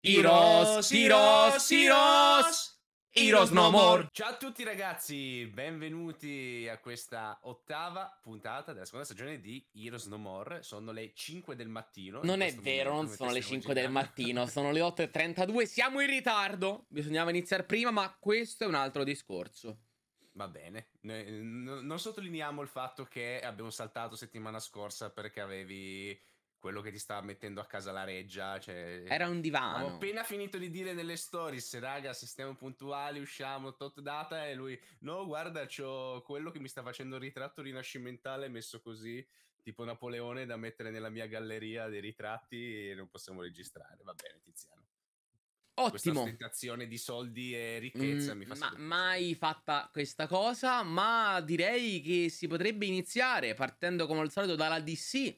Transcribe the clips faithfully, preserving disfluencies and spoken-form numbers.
Heroes, Heroes, Heroes, Heroes no more. Ciao a tutti ragazzi, benvenuti a questa ottava puntata della seconda stagione di Heroes No More. Sono le cinque del mattino. Non è vero, non sono le cinque del mattino, sono le otto e trentadue, siamo in ritardo. Bisognava iniziare prima, ma questo è un altro discorso. Va bene, non sottolineiamo il fatto che abbiamo saltato settimana scorsa perché avevi quello che ti stava mettendo a casa la reggia, cioè era un divano. Avevo appena finito di dire nelle stories, raga, se stiamo puntuali usciamo tot data, e lui, no guarda, c'ho quello che mi sta facendo il ritratto rinascimentale messo così, tipo Napoleone, da mettere nella mia galleria dei ritratti, e non possiamo registrare. Va bene, Tiziano. Ottimo. Questa ostentazione di soldi e ricchezza mm, mi fa ma mai piacere. fatta questa cosa, ma direi che si potrebbe iniziare partendo come al solito dalla D C.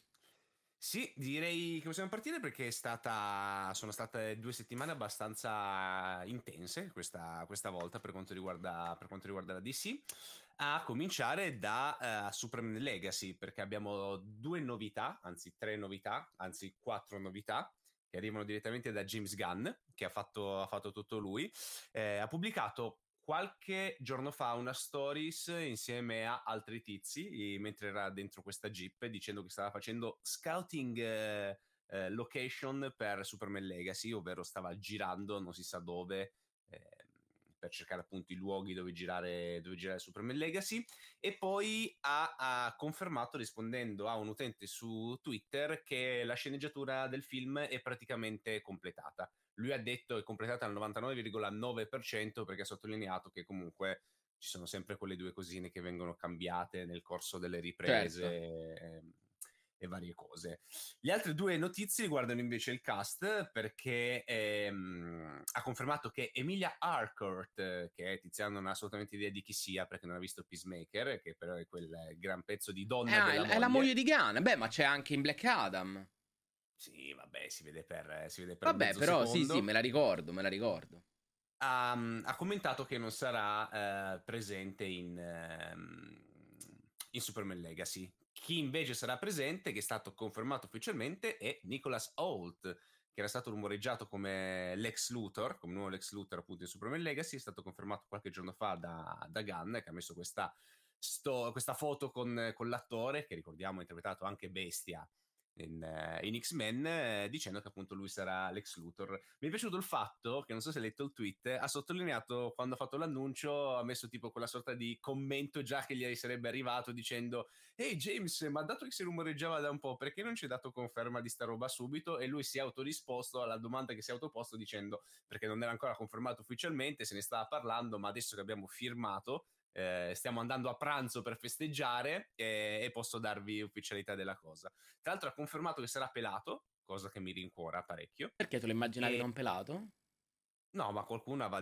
Sì, direi che possiamo partire perché è stata, sono state due settimane abbastanza intense questa, questa volta per quanto riguarda, per quanto riguarda la D C, a cominciare da uh, Superman Legacy, perché abbiamo due novità, anzi tre novità, anzi quattro novità, che arrivano direttamente da James Gunn, che ha fatto, ha fatto tutto lui. Eh, ha pubblicato qualche giorno fa una stories insieme a altri tizi mentre era dentro questa Jeep, dicendo che stava facendo scouting eh, eh, location per Superman Legacy, ovvero stava girando non si sa dove eh, per cercare appunto i luoghi dove girare, dove girare Superman Legacy. E poi ha, ha confermato, rispondendo a un utente su Twitter, che la sceneggiatura del film è praticamente completata. Lui ha detto che è completata al novantanove virgola nove per cento, perché ha sottolineato che comunque ci sono sempre quelle due cosine che vengono cambiate nel corso delle riprese. Certo. E, e varie cose. Le altre due notizie riguardano invece il cast, perché ehm, ha confermato che Emilia Harcourt, che Tiziano non ha assolutamente idea di chi sia perché non ha visto Peacemaker, che però è quel gran pezzo di donna Eh, della è, moglie. è la moglie di Gunn. Beh, ma c'è anche in Black Adam. Sì, vabbè, si vede per, si vede per Vabbè, mezzo però secondo. sì, sì, me la ricordo, me la ricordo. Ha, ha commentato che non sarà eh, presente in, ehm, in Superman Legacy. Chi invece sarà presente, che è stato confermato ufficialmente, è Nicholas Hoult, che era stato rumoreggiato come Lex Luthor, come nuovo Lex Luthor appunto in Superman Legacy. È stato confermato qualche giorno fa da, da Gunn, che ha messo questa, sto, questa foto con, con l'attore, che ricordiamo ha interpretato anche Bestia in, uh, in X-Men, eh, dicendo che appunto lui sarà Lex Luthor. Mi è piaciuto il fatto che, non so se hai letto il tweet, ha sottolineato, quando ha fatto l'annuncio, ha messo tipo quella sorta di commento già che gli sarebbe arrivato, dicendo: ehi James, ma dato che si rumoreggiava da un po', perché non ci hai dato conferma di sta roba subito? E lui si è autorisposto alla domanda che si è autoposto dicendo: perché non era ancora confermato ufficialmente, se ne stava parlando, ma adesso che abbiamo firmato, Eh, stiamo andando a pranzo per festeggiare, e, e posso darvi ufficialità della cosa. Tra l'altro ha confermato che sarà pelato, cosa che mi rincuora parecchio. Perché te lo immaginavi E... non pelato? No, ma qualcuno aveva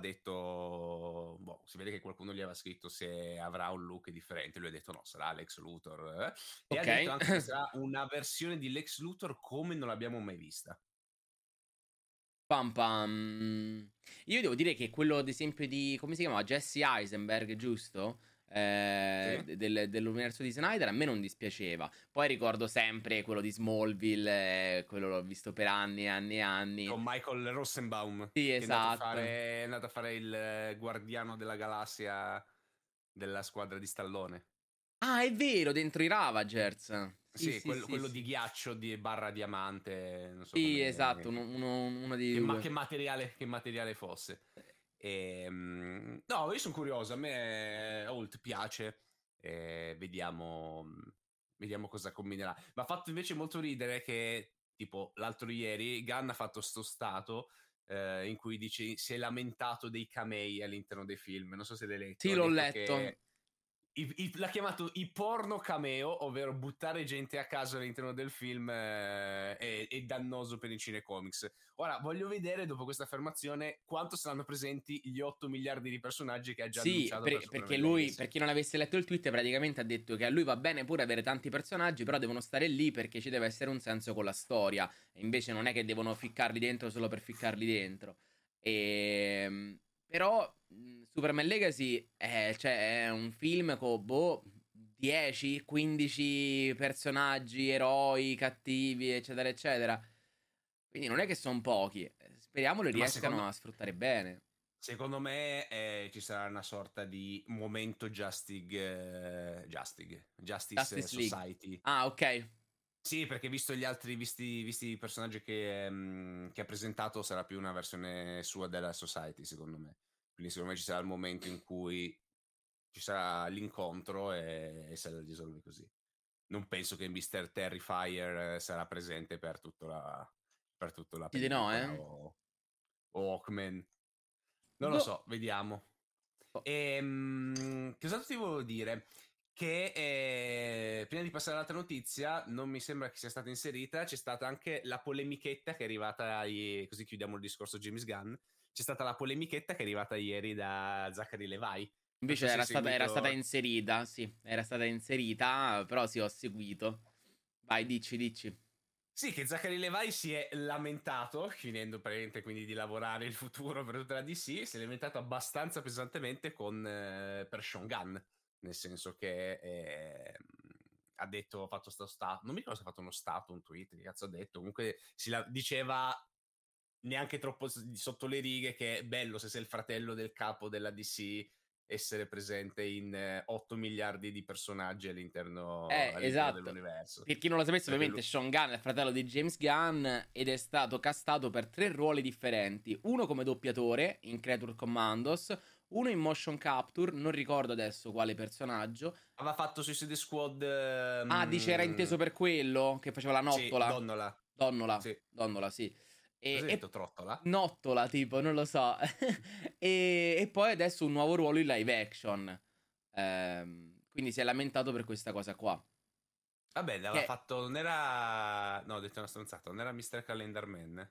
detto, boh, si vede che qualcuno gli aveva scritto se avrà un look differente. Lui ha detto no, sarà Lex Luthor. Eh? E Ok. ha detto anche che sarà una versione di Lex Luthor come non l'abbiamo mai vista. Pam pam. Io devo dire che quello, ad esempio, di, come si chiama? Jesse Eisenberg, giusto? Eh, Sì? del, dell'universo di Snyder a me non dispiaceva. Poi ricordo sempre quello di Smallville, eh, quello l'ho visto per anni e anni e anni. Con Michael Rosenbaum, Sì, che è andato a esatto. fare, è andato a fare il guardiano della galassia della squadra di Stallone. Ah, è vero, dentro i Ravagers. Sì, Sì, sì, quello, sì, quello di sì. ghiaccio di barra diamante, non so Sì, come... esatto, uno, uno, uno dei Che, ma- due. che materiale, che materiale fosse. E, mm, no, io sono curioso, a me Holt piace, e vediamo, vediamo cosa combinerà. Ma ha fatto invece molto ridere che, tipo, l'altro ieri Gunn ha fatto sto stato eh, in cui dice, si è lamentato dei camei all'interno dei film. Non so se l'hai letto. Sì, Ha l'ho detto letto. che i, i, l'ha chiamato i porno cameo, ovvero buttare gente a caso all'interno del film, eh, è, è dannoso per i cinecomics. Ora voglio vedere, dopo questa affermazione, quanto saranno presenti gli otto miliardi di personaggi che ha già Sì, annunciato per per- perché Superman lui, Legacy. per chi non avesse letto il tweet, praticamente ha detto che a lui va bene pure avere tanti personaggi, però devono stare lì perché ci deve essere un senso con la storia. E invece non è che devono ficcarli dentro solo per ficcarli dentro. E... Però mh, Superman Legacy è, cioè, è un film con, boh, dieci quindici personaggi, eroi, cattivi, eccetera, eccetera. Quindi non è che sono pochi. speriamo le Ma riescano secondo, a sfruttare bene. secondo me eh, ci sarà una sorta di momento Justig, eh, Justig, Justice Justice League. Society. Ah, ok. Sì, perché visto gli altri, visti, visti i personaggi che, mm, che ha presentato, sarà più una versione sua della Society, secondo me. Quindi secondo me ci sarà il momento in cui ci sarà l'incontro e, e se la risolve così. Non penso che mister Terrifier eh, sarà presente per tutta la, per tutta la Ci di no, pellicola eh? o, o Hawkman. Non lo Boh. so, vediamo. Boh. Ehm, che cos'altro ti volevo dire? Che eh, prima di passare all'altra notizia, non mi sembra che sia stata inserita, c'è stata anche la polemichetta che è arrivata, i- così chiudiamo il discorso James Gunn, c'è stata la polemichetta che è arrivata ieri da Zachary Levi. Non Invece so se hai era stata, era stata seguito. inserita, sì, era stata inserita, però sì, ho seguito. Vai, dici, dici. Sì, che Zachary Levi si è lamentato, finendo praticamente quindi di lavorare il futuro per tutta la D C, si è lamentato abbastanza pesantemente con, eh, per Sean Gunn, nel senso che eh, ha detto, ha fatto sto stato, non mi ricordo se ha fatto uno stato, un tweet, che cazzo ha detto, comunque si la- diceva neanche troppo s- sotto le righe che è bello se sei il fratello del capo della D C essere presente in eh, otto miliardi di personaggi all'interno, Eh, all'interno esatto. dell'universo. Per chi non lo sapesse, Perché ovviamente lui, Sean Gunn è il fratello di James Gunn ed è stato castato per tre ruoli differenti. Uno come doppiatore in Creature Commandos, uno in motion capture, non ricordo adesso quale personaggio. aveva fatto Suicide Squad. Ah, dice era inteso ehm, per quello che faceva la sì, nottola. Donnola. Donnola, Sì. donnola, sì. E, Cosa hai detto? e Trottola? nottola, tipo, non lo so. e, e poi adesso un nuovo ruolo in live action. Ehm, quindi si è lamentato per questa cosa qua. Vabbè, l'aveva Che fatto. Non era. No, ho detto una stronzata. Non era mister Calendar Man.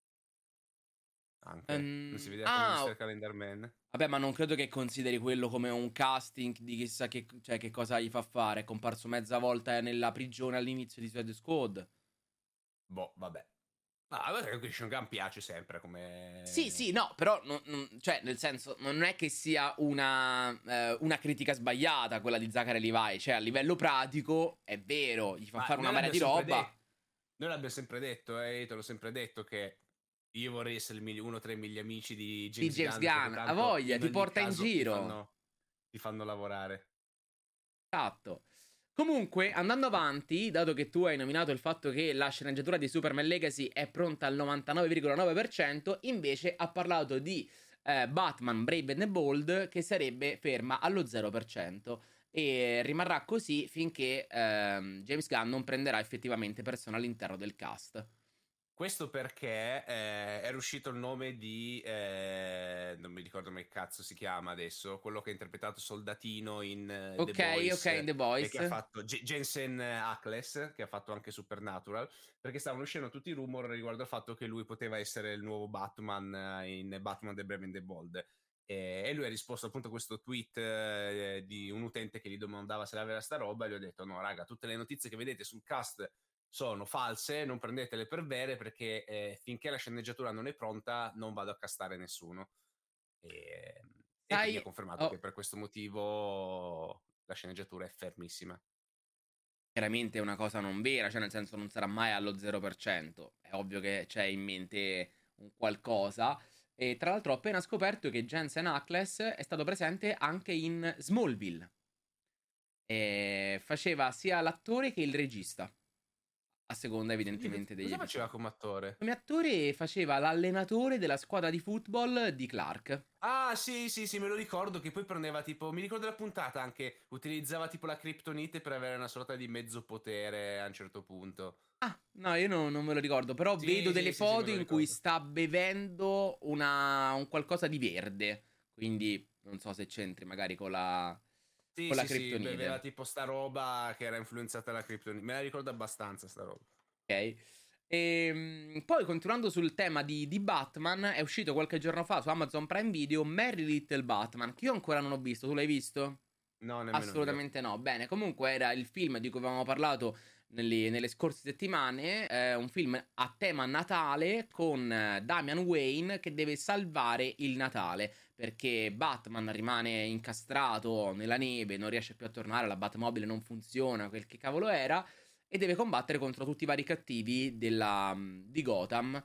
Anche. Non si ehm, vedeva come ah, mister Calendar Man. vabbè, ma non credo che consideri quello come un casting di chissà che, cioè, che cosa gli fa fare. È comparso mezza volta nella prigione all'inizio di Suicide Squad. Boh, vabbè. Ah, guarda che Christian Gunn piace sempre Sì, come. sì, no, però, non- non- cioè, nel senso, non è che sia una, eh, una critica sbagliata quella di Zachary Levi. Cioè, a livello pratico, è vero, gli fa Ma fare una noi marea l'abbiamo di sempre roba. detto. Noi l'abbiamo sempre detto, eh, io te l'ho sempre detto che io vorrei essere il migli- uno tra i miei amici di Di James James Gunn perché Gunn, ha tanto voglia, in ti ogni porta in caso ti giro. fanno, ti fanno lavorare. Esatto. Comunque, andando avanti, dato che tu hai nominato il fatto che la sceneggiatura di Superman Legacy è pronta al novantanove virgola nove per cento, invece ha parlato di eh, Batman Brave and the Bold che sarebbe ferma allo zero per cento e rimarrà così finché ehm, James Gunn non prenderà effettivamente persone all'interno del cast. Questo perché eh, era uscito il nome di, eh, non mi ricordo come cazzo si chiama adesso, quello che ha interpretato Soldatino in eh, The Ok, ok, Boys in The e che ha Voice. fatto J- Jensen Ackles, che ha fatto anche Supernatural, perché stavano uscendo tutti i rumor riguardo al fatto che lui poteva essere il nuovo Batman eh, in Batman The Brave and the Bold. E, e lui ha risposto appunto a questo tweet eh, di un utente che gli domandava se aveva sta roba e gli ho detto no raga, tutte le notizie che vedete sul cast sono false, non prendetele per vere perché eh, finché la sceneggiatura non è pronta non vado a castare nessuno. E, e quindi ha Sai, confermato oh, che per questo motivo la sceneggiatura è fermissima. chiaramente è una cosa non vera, cioè nel senso non sarà mai allo zero per cento. È ovvio che c'è in mente un qualcosa. E tra l'altro ho appena scoperto che Jensen Ackles è stato presente anche in Smallville. E faceva sia l'attore che il regista, a seconda Oddio, evidentemente degli cosa faceva episodi. come attore? Come attore faceva l'allenatore della squadra di football di Clark. Ah, sì, sì, sì, me lo ricordo che poi prendeva tipo, mi ricordo la puntata anche, utilizzava tipo la Kryptonite per avere una sorta di mezzo potere a un certo punto. Ah, no, io no- non me lo ricordo, però vedo Sì, delle sì, sì, sì, me foto lo in cui ricordo. sta bevendo una, un qualcosa di verde. Quindi non so se c'entri magari con la, Sì, con la sì, sì, beveva criptonite. tipo sta roba che era influenzata dalla Kryptonite. Me la ricordo abbastanza sta roba. Ok. E poi continuando sul tema di, di Batman, è uscito qualche giorno fa su Amazon Prime Video Merry Little Batman, che io ancora non ho visto. Tu l'hai visto? No, nemmeno io. Assolutamente no. Bene, comunque era il film di cui avevamo parlato nelle, nelle scorse settimane. È un film a tema Natale con eh, Damian Wayne che deve salvare il Natale perché Batman rimane incastrato nella neve, non riesce più a tornare, la Batmobile non funziona, quel che cavolo era, e deve combattere contro tutti i vari cattivi della, di Gotham.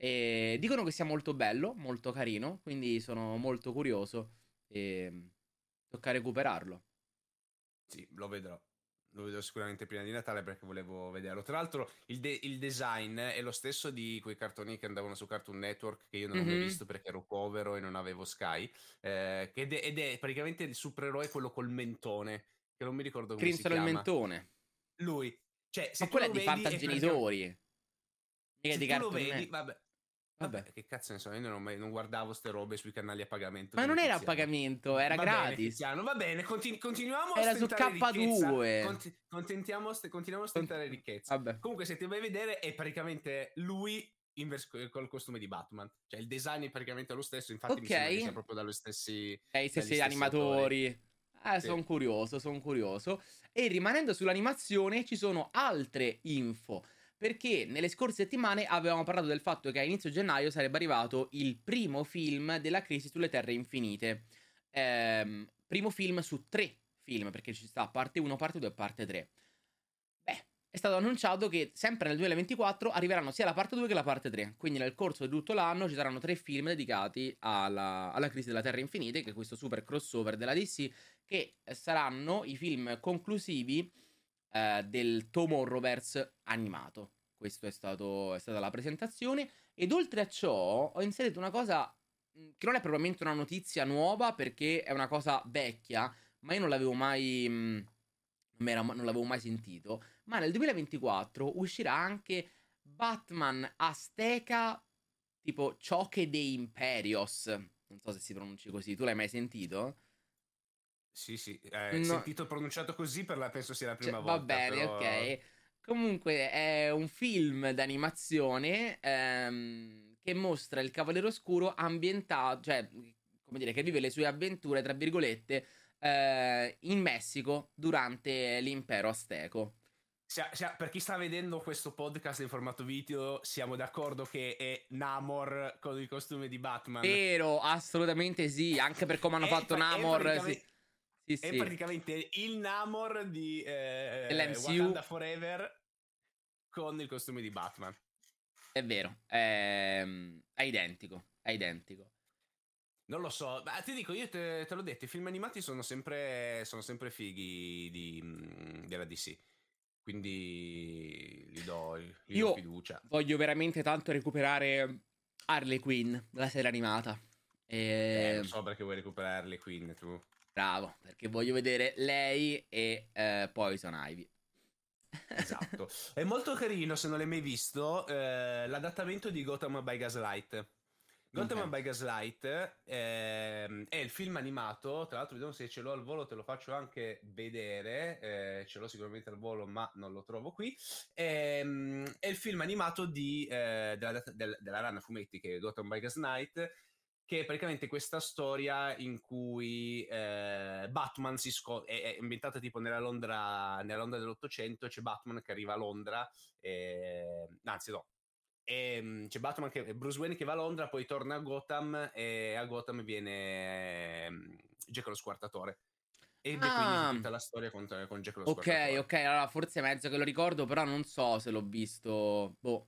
E dicono che sia molto bello, molto carino, quindi sono molto curioso e tocca recuperarlo. Sì, lo vedrò. Lo vedrò sicuramente prima di Natale perché volevo vederlo. Tra l'altro, il, de- il design è lo stesso di quei cartoni che andavano su Cartoon Network, che io non ho mai Mhm. visto perché ero povero e non avevo Sky. Eh, ed, è, ed è praticamente il supereroe, quello col mentone, che non mi ricordo come si Crimson il chiama. mentone. Lui, cioè, Ma se tu quello è lo di vedi, è praticamente. Fantagenitori, mica Se di tu lo Cartoon vedi, Network. vabbè. Vabbè. Vabbè, che cazzo ne so, io non, ho mai- non guardavo ste robe sui canali a pagamento Ma come non era a Tiziano. pagamento, era Va bene, gratis. Tiziano, va bene, continu- continuiamo a Era su stentare ricchezza. K due. Conti- contentiamo, st- continuiamo a Con- stentare ricchezza. Vabbè. Comunque, se ti vai a vedere, è praticamente lui in vers- col costume di Batman. Cioè, il design è praticamente lo stesso. Infatti, mi Ok. sembra che sia proprio dallo stessi, Dai dagli stessi stessi autori. animatori. Eh, Sì. sono curioso, sono curioso. E rimanendo sull'animazione, ci sono altre info. Perché nelle scorse settimane avevamo parlato del fatto che a inizio gennaio sarebbe arrivato il primo film della Crisi sulle Terre Infinite. Ehm, primo film su tre film, perché ci sta parte uno, parte due e parte tre. Beh, è stato annunciato che sempre nel duemilaventiquattro arriveranno sia la parte due che la parte tre. Quindi nel corso di tutto l'anno ci saranno tre film dedicati alla, alla Crisi della Terra Infinite, che è questo super crossover della D C, che saranno i film conclusivi eh, del Tomorrowverse animato. Questa è, stato, è stata la presentazione. Ed oltre a ciò ho inserito una cosa mh, che non è propriamente una notizia nuova, perché è una cosa vecchia, ma io non l'avevo mai... mh, non, era- non l'avevo mai sentito. Ma nel duemilaventiquattro uscirà anche Batman Azteca, tipo Choque de Imperios. Non so se si pronunci così. Tu l'hai mai sentito? Sì, sì, eh, No, sentito pronunciato così per la penso sia la cioè, prima va volta, bene, però. ok. Comunque è un film d'animazione ehm, che mostra il Cavaliere Oscuro ambientato, cioè, come dire, che vive le sue avventure, tra virgolette, eh, in Messico durante l'impero azteco. Sia- sia- per chi sta vedendo questo podcast in formato video, siamo d'accordo che è Namor con il costume di Batman. Vero, assolutamente sì, anche per come hanno È, fatto pra- è Namor, sì, praticamente, sì, è sì, praticamente il Namor di eh, dell'M C U, Wakanda Forever con il costume di Batman. è vero, è, è identico, è identico. Non lo so, ma ti dico, io te, te l'ho detto, i film animati sono sempre, sono sempre fighi di, mm, della D C, quindi gli do, gli do Io fiducia. voglio veramente tanto recuperare Harley Quinn, la serie animata. Eh, lo E... so perché vuoi recuperarle, Queen, tu. Bravo, perché voglio vedere lei e eh, Poison Ivy. Esatto. È molto carino, se non l'hai mai visto, eh, l'adattamento di Gotham by Gaslight. Gotham Ok. by Gaslight ehm, è il film animato, tra l'altro vediamo se ce l'ho al volo, te lo faccio anche vedere, eh, ce l'ho sicuramente al volo ma non lo trovo qui. Ehm, è il film animato di, eh, della, del- della rana fumetti che è Gotham by Gaslight, che è praticamente questa storia in cui eh, Batman si scopre, è, è ambientata tipo nella Londra, nella Londra dell'Ottocento, c'è Batman che arriva a Londra, eh, anzi no, e, mh, c'è Batman che Bruce Wayne che va a Londra, poi torna a Gotham e a Gotham viene ehm, Jack lo Squartatore. Ed è quindi Ah, tutta la storia con, con Jack lo ok, Squartatore. ok, allora forse mezzo che lo ricordo, però non so se l'ho visto. Boh,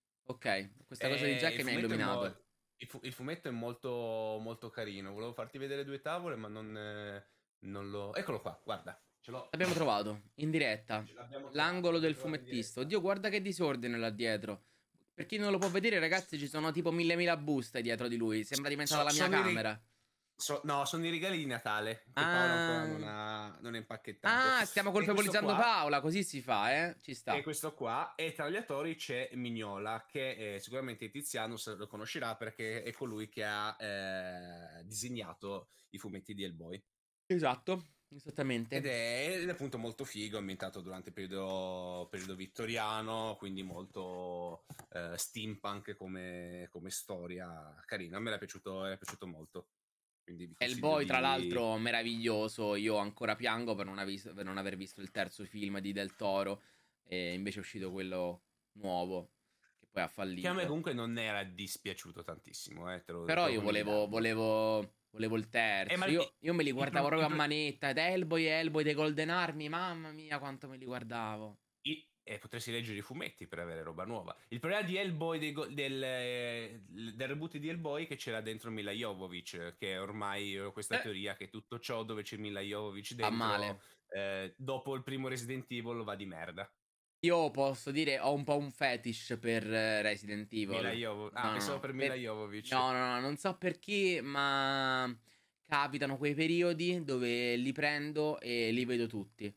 ok, questa cosa di E Jack il mi ha fumetto è, mo- illuminato. il fu- il fumetto è molto, molto carino. Volevo farti vedere due tavole, ma non, eh, non lo. Eccolo qua, guarda, ce l'ho. L'abbiamo trovato, in diretta. Ce l'abbiamo trovato, L'angolo del l'abbiamo trovato in fumettista. diretta. Oddio, guarda che disordine là dietro. Per chi non lo può vedere, ragazzi, ci sono tipo mille mila buste dietro di lui. Sembra diventata So- la mia sono i ri- camera. so- no, sono i regali di Natale che Paolo ancora non Ah, ha, non ha impacchettato. ah, stiamo E questo colpevolizzando qua, Paola, così si fa, eh? Ci e sta. questo qua, e tra gli attori c'è Mignola, che eh, sicuramente Tiziano se lo conoscerà perché è colui che ha eh, disegnato i fumetti di Hellboy. Esatto, Ed esattamente. è, ed è appunto molto figo, ambientato durante il periodo, periodo vittoriano, quindi molto eh, steampunk come, come storia carina. A me è piaciuto, è piaciuto molto, quindi vi consiglio Hellboy, tra di. l'altro, meraviglioso. Io ancora piango per non, avis- per non aver visto il terzo film di Del Toro. E invece è uscito quello nuovo, che poi ha Che a me fallito. comunque non era dispiaciuto tantissimo, eh, te lo, Però te lo io volevo, condivido. volevo, volevo il Eh, ma terzo. i, Io, io me li i guardavo pro- i proprio a pro- manetta. Ed Hellboy, Hellboy dei Golden Army. Mamma mia, quanto me li guardavo. i- e potresti leggere i fumetti per avere roba nuova. Il problema di Hellboy dei go- del, eh, del reboot di Hellboy è che c'era dentro Mila Jovovich, che ormai ho questa Eh, teoria che tutto ciò dove c'è Mila Jovovich va dentro, male. eh, dopo il primo Resident Evil va di merda. Io posso dire ho un po' un fetish per eh, Resident Mila Evil. Jovovich. Ah, No, no, pensavo no. per Mila Per- Jovovich. no, no, no, non so perché, ma capitano quei periodi dove li prendo e li vedo tutti.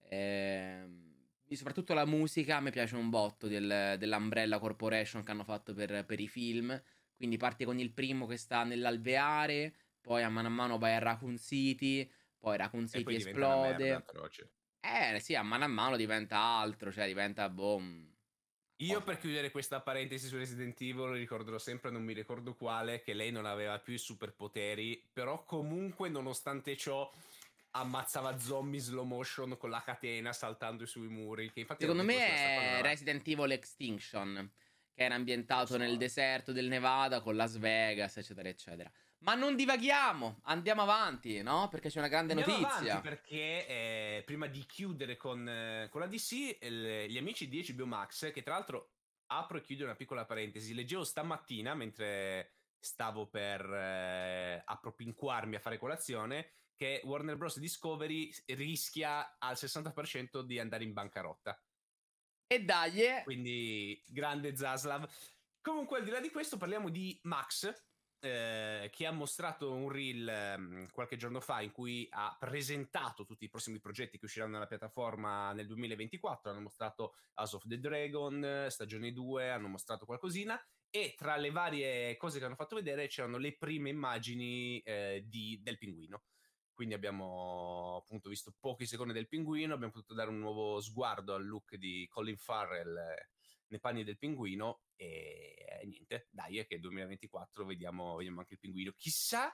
Ehm, soprattutto la musica, a me piace un botto del- dell'Umbrella Corporation che hanno fatto per, per i film. Quindi parti con il primo che sta nell'alveare, poi a mano a mano vai a Raccoon City, poi Raccoon E City poi diventa una merda esplode. atroce. Eh sì, a mano a mano diventa altro, cioè diventa boom. Io per chiudere questa parentesi su Resident Evil ricorderò sempre, non mi ricordo quale, che lei non aveva più i superpoteri, però comunque nonostante ciò ammazzava zombie in slow motion con la catena saltando sui muri, che infatti hanno Secondo detto che questa qua non me è aveva... Resident Evil Extinction, che era Non lo ambientato nel so. deserto del Nevada con Las Vegas, eccetera, eccetera. Ma non divaghiamo, andiamo avanti, no? Perché c'è una grande Andiamo avanti notizia. perché eh, prima di chiudere con, eh, con la D C, il- gli amici di H B O Max, che tra l'altro apro e chiudo una piccola parentesi, leggevo stamattina mentre stavo per eh, appropinquarmi a fare colazione che Warner Bros. Discovery rischia al sessanta per cento di andare in bancarotta. E dai, eh, Quindi grande Zaslav. Comunque, al di là di questo, parliamo di Max, eh, che ha mostrato un reel ehm, qualche giorno fa in cui ha presentato tutti i prossimi progetti che usciranno nella piattaforma nel duemilaventiquattro. Hanno mostrato House of the Dragon, eh, stagione due, hanno mostrato qualcosina. E tra le varie cose che hanno fatto vedere c'erano le prime immagini eh, di, del pinguino. Quindi abbiamo appunto visto pochi secondi del pinguino, abbiamo potuto dare un nuovo sguardo al look di Colin Farrell eh, nei panni del pinguino e eh, niente, dai, è che duemilaventiquattro vediamo, vediamo anche il pinguino. Chissà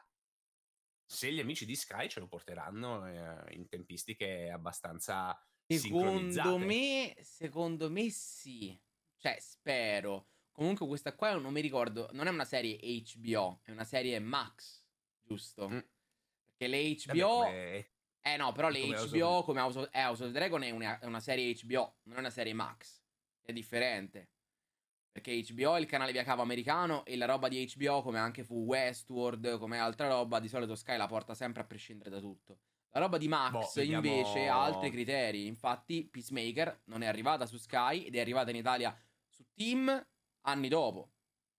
se gli amici di Sky ce lo porteranno eh, in tempistiche abbastanza secondo sincronizzate. me, secondo me sì. Cioè, spero. Comunque questa qua non mi ricordo, non è una serie H B O, è una serie Max, giusto? Mm. Perché le Vabbè, H B O. come, Eh no, però è le come House of... H B O come House of, eh, House of the Dragon è una, è una serie H B O, non è una serie Max. È differente. Perché H B O è il canale via cavo americano e la roba di H B O, come anche fu Westworld, come altra roba, di solito Sky la porta sempre a prescindere da tutto. La roba di Boh, Max invece ha altri vediamo... criteri. Infatti, Peacemaker non è arrivata su Sky ed è arrivata in Italia su Team anni dopo.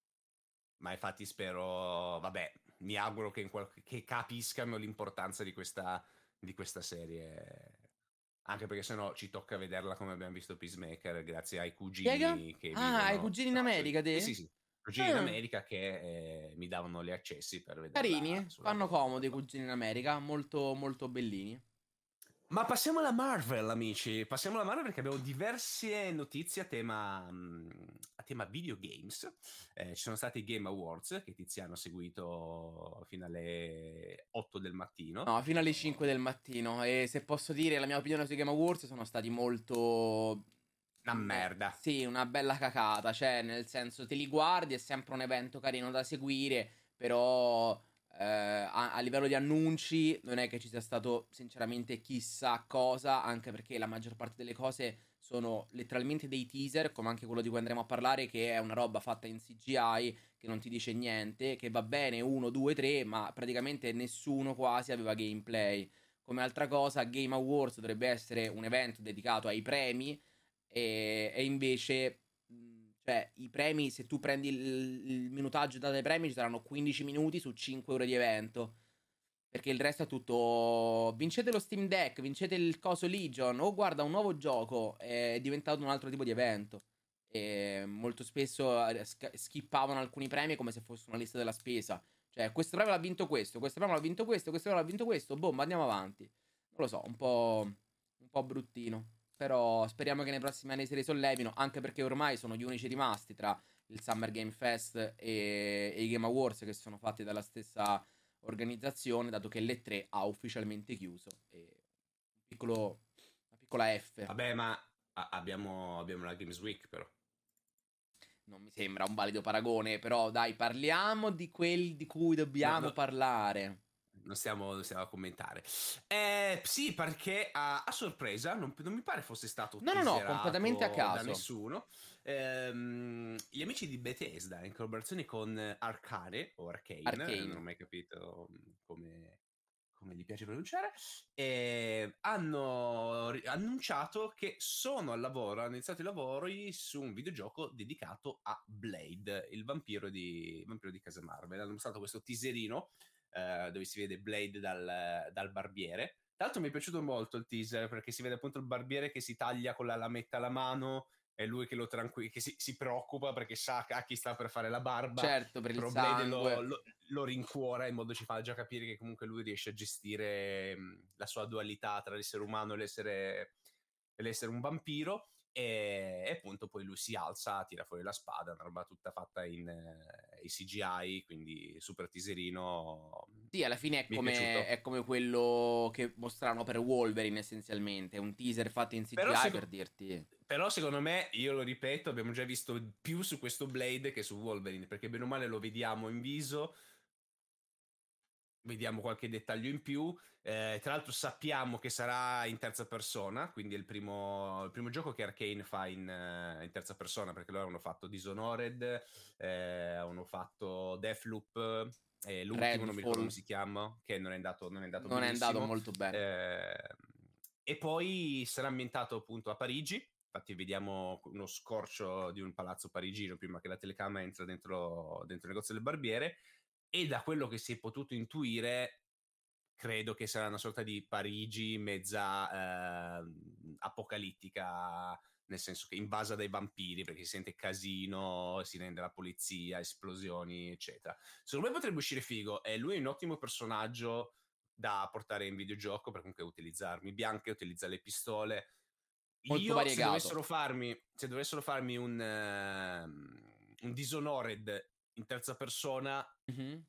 Ma infatti spero, vabbè, mi auguro che, in qual- che capiscano l'importanza di questa, di questa serie. Anche perché sennò ci tocca vederla come abbiamo visto Peacemaker, grazie ai Spiega? cugini che Ah, hai vivono. cugini in No, c'ho- America, sì, sì, te? sì. Cugini in Ah, America che eh, mi davano gli accessi per vederla carini, sulla fanno loro comodo i piattaforma. cugini in America, molto molto bellini. Ma passiamo alla Marvel, amici. Passiamo alla Marvel perché abbiamo diverse notizie a tema, mm, a tema videogames. Eh, ci sono stati i Game Awards che Tiziano ha seguito fino alle otto del mattino. No, fino alle cinque Sono del mattino. E se posso dire la mia opinione sui Game Awards, sono stati molto. una me- merda. Sì, una bella cacata. Cioè, nel senso, te li guardi, è sempre un evento carino da seguire. Però eh, a, a livello di annunci non è che ci sia stato sinceramente chissà cosa. Anche perché la maggior parte delle cose sono letteralmente dei teaser, come anche quello di cui andremo a parlare, che è una roba fatta in C G I che non ti dice niente, che va bene uno, due, tre, ma praticamente nessuno quasi aveva gameplay. Come altra cosa, Game Awards dovrebbe essere un evento dedicato ai premi e, e invece, mh, cioè, i premi, se tu prendi il, il minutaggio dato ai premi, ci saranno quindici minuti su cinque ore di evento. Perché il resto è tutto. Vincete lo Steam Deck, vincete il coso Legion. O guarda, un nuovo gioco. È diventato un altro tipo di evento. E molto spesso eh, sk- skippavano alcuni premi come se fosse una lista della spesa. Cioè, questo premio l'ha vinto questo, questo premio l'ha vinto questo, questo premio l'ha vinto questo. Boh, ma andiamo avanti. Non lo so, un po'. Un po' bruttino. Però speriamo che nei prossimi anni si risollevino. Anche perché ormai sono gli unici rimasti tra il Summer Game Fest e, e i Game Awards che sono fatti dalla stessa organizzazione, dato che l'E tre ha ufficialmente chiuso. E un piccolo, una piccola F. Vabbè, ma a- abbiamo, abbiamo la Games Week però. Non mi sembra un valido paragone, però dai, parliamo di quel di cui No, dobbiamo no, parlare. non stiamo, non stiamo a commentare. Eh, sì, perché a, a sorpresa, non, non mi pare fosse stato No, no, no, completamente a teaserato da caso. nessuno. Ehm, gli amici di Bethesda, in collaborazione con Arcane, o Arcane, non ho Arcane. mai capito come, come gli piace pronunciare, eh, hanno ri- annunciato che sono al lavoro, hanno iniziato i lavori su un videogioco dedicato a Blade, il vampiro di, il vampiro di casa Marvel. Hanno mostrato questo teaserino eh, dove si vede Blade dal, dal barbiere. Tra l'altro mi è piaciuto molto il teaser perché si vede appunto il barbiere che si taglia con la lametta alla mano, è lui che, lo tranqu- che si, si preoccupa perché sa a chi sta per fare la barba, Certo, per il però Blade lo, sangue. lo, lo rincuora in modo ci fa già capire che comunque lui riesce a gestire mh, la sua dualità tra l'essere umano e l'essere, e l'essere un vampiro. E, e appunto poi lui si alza, tira fuori la spada, una roba tutta fatta in, eh, in C G I, quindi super teaserino. Sì, alla fine è Mi è come, piaciuto. è come quello che mostrano per Wolverine essenzialmente, un teaser fatto in Però, C G I per seco- dirti. però secondo me, io lo ripeto, abbiamo già visto più su questo Blade che su Wolverine, perché bene o male lo vediamo in viso, vediamo qualche dettaglio in più. Eh, tra l'altro sappiamo che sarà in terza persona, quindi è il primo, il primo gioco che Arcane fa in, eh, in terza persona, perché loro hanno fatto Dishonored, eh, hanno fatto Deathloop, e l'ultimo non mi ricordo come Redfall si chiama, che non è andato, non è andato non è andato benissimo. molto bene. Eh, e poi sarà ambientato appunto a Parigi. Infatti vediamo uno scorcio di un palazzo parigino prima che la telecamera entra dentro, dentro il negozio del barbiere, e da quello che si è potuto intuire credo che sarà una sorta di Parigi mezza eh, apocalittica, nel senso che invasa dai vampiri perché si sente casino, si rende la polizia, esplosioni, eccetera. Secondo me potrebbe uscire figo, e lui è un ottimo personaggio da portare in videogioco per comunque utilizzare armi bianche, utilizzare le pistole. Molto Io se variegato. dovessero farmi, se dovessero farmi un, ehm, un Dishonored in terza persona Mhm.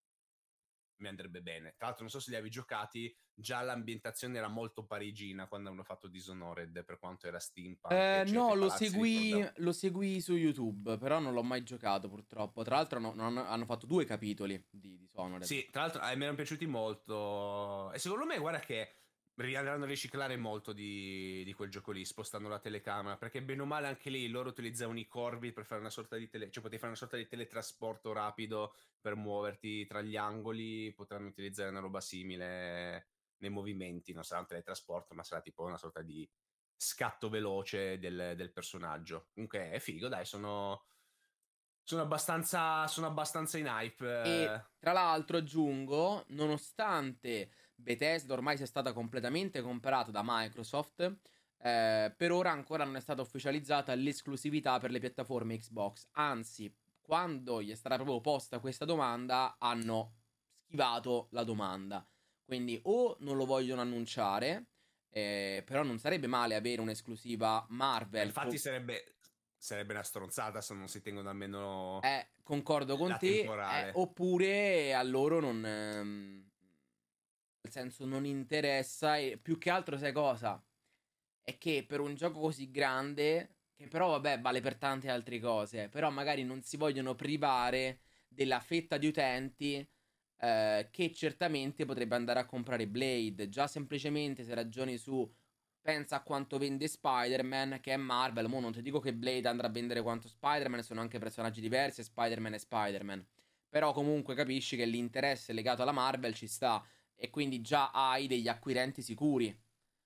mi andrebbe bene. Tra l'altro non so se li avevi giocati, già l'ambientazione era molto parigina quando hanno fatto Dishonored, per quanto era steampunk, Eh, eccetera, no, i lo palazzi seguì, ricordavano. lo seguì su YouTube, però non l'ho mai giocato purtroppo. Tra l'altro no- non- hanno fatto due capitoli di Dishonored. Sì, tra l'altro eh, mi erano piaciuti molto, e secondo me guarda che ri- andranno a riciclare molto di, di quel gioco lì, spostando la telecamera, perché bene o male anche lì loro utilizzavano i corvi per fare una sorta di tele, cioè potevi fare una sorta di teletrasporto rapido per muoverti tra gli angoli, potranno utilizzare una roba simile nei movimenti, non sarà un teletrasporto, ma sarà tipo una sorta di scatto veloce del, del personaggio. Comunque è figo, dai, sono, sono abbastanza, sono abbastanza in hype. E eh. tra l'altro aggiungo, nonostante Bethesda ormai sia stata completamente comprata da Microsoft, eh, per ora ancora non è stata ufficializzata l'esclusività per le piattaforme Xbox. Anzi, quando gli è stata proprio posta questa domanda, hanno schivato la domanda. Quindi o non lo vogliono annunciare, eh, però non sarebbe male avere un'esclusiva Ma Marvel. infatti co- sarebbe, sarebbe una stronzata se non si tengono almeno Eh, concordo con la te, eh, temporale. oppure a loro non... ehm, nel senso non interessa e più che altro sai cosa? È che per un gioco così grande, che però vabbè vale per tante altre cose, però magari non si vogliono privare della fetta di utenti eh, che certamente potrebbe andare a comprare Blade, già semplicemente se ragioni su pensa a quanto vende Spider-Man, che è Marvel, mo non ti dico che Blade andrà a vendere quanto Spider-Man, sono anche personaggi diversi, e Spider-Man è Spider-Man, però comunque capisci che l'interesse legato alla Marvel ci sta e quindi già hai degli acquirenti sicuri.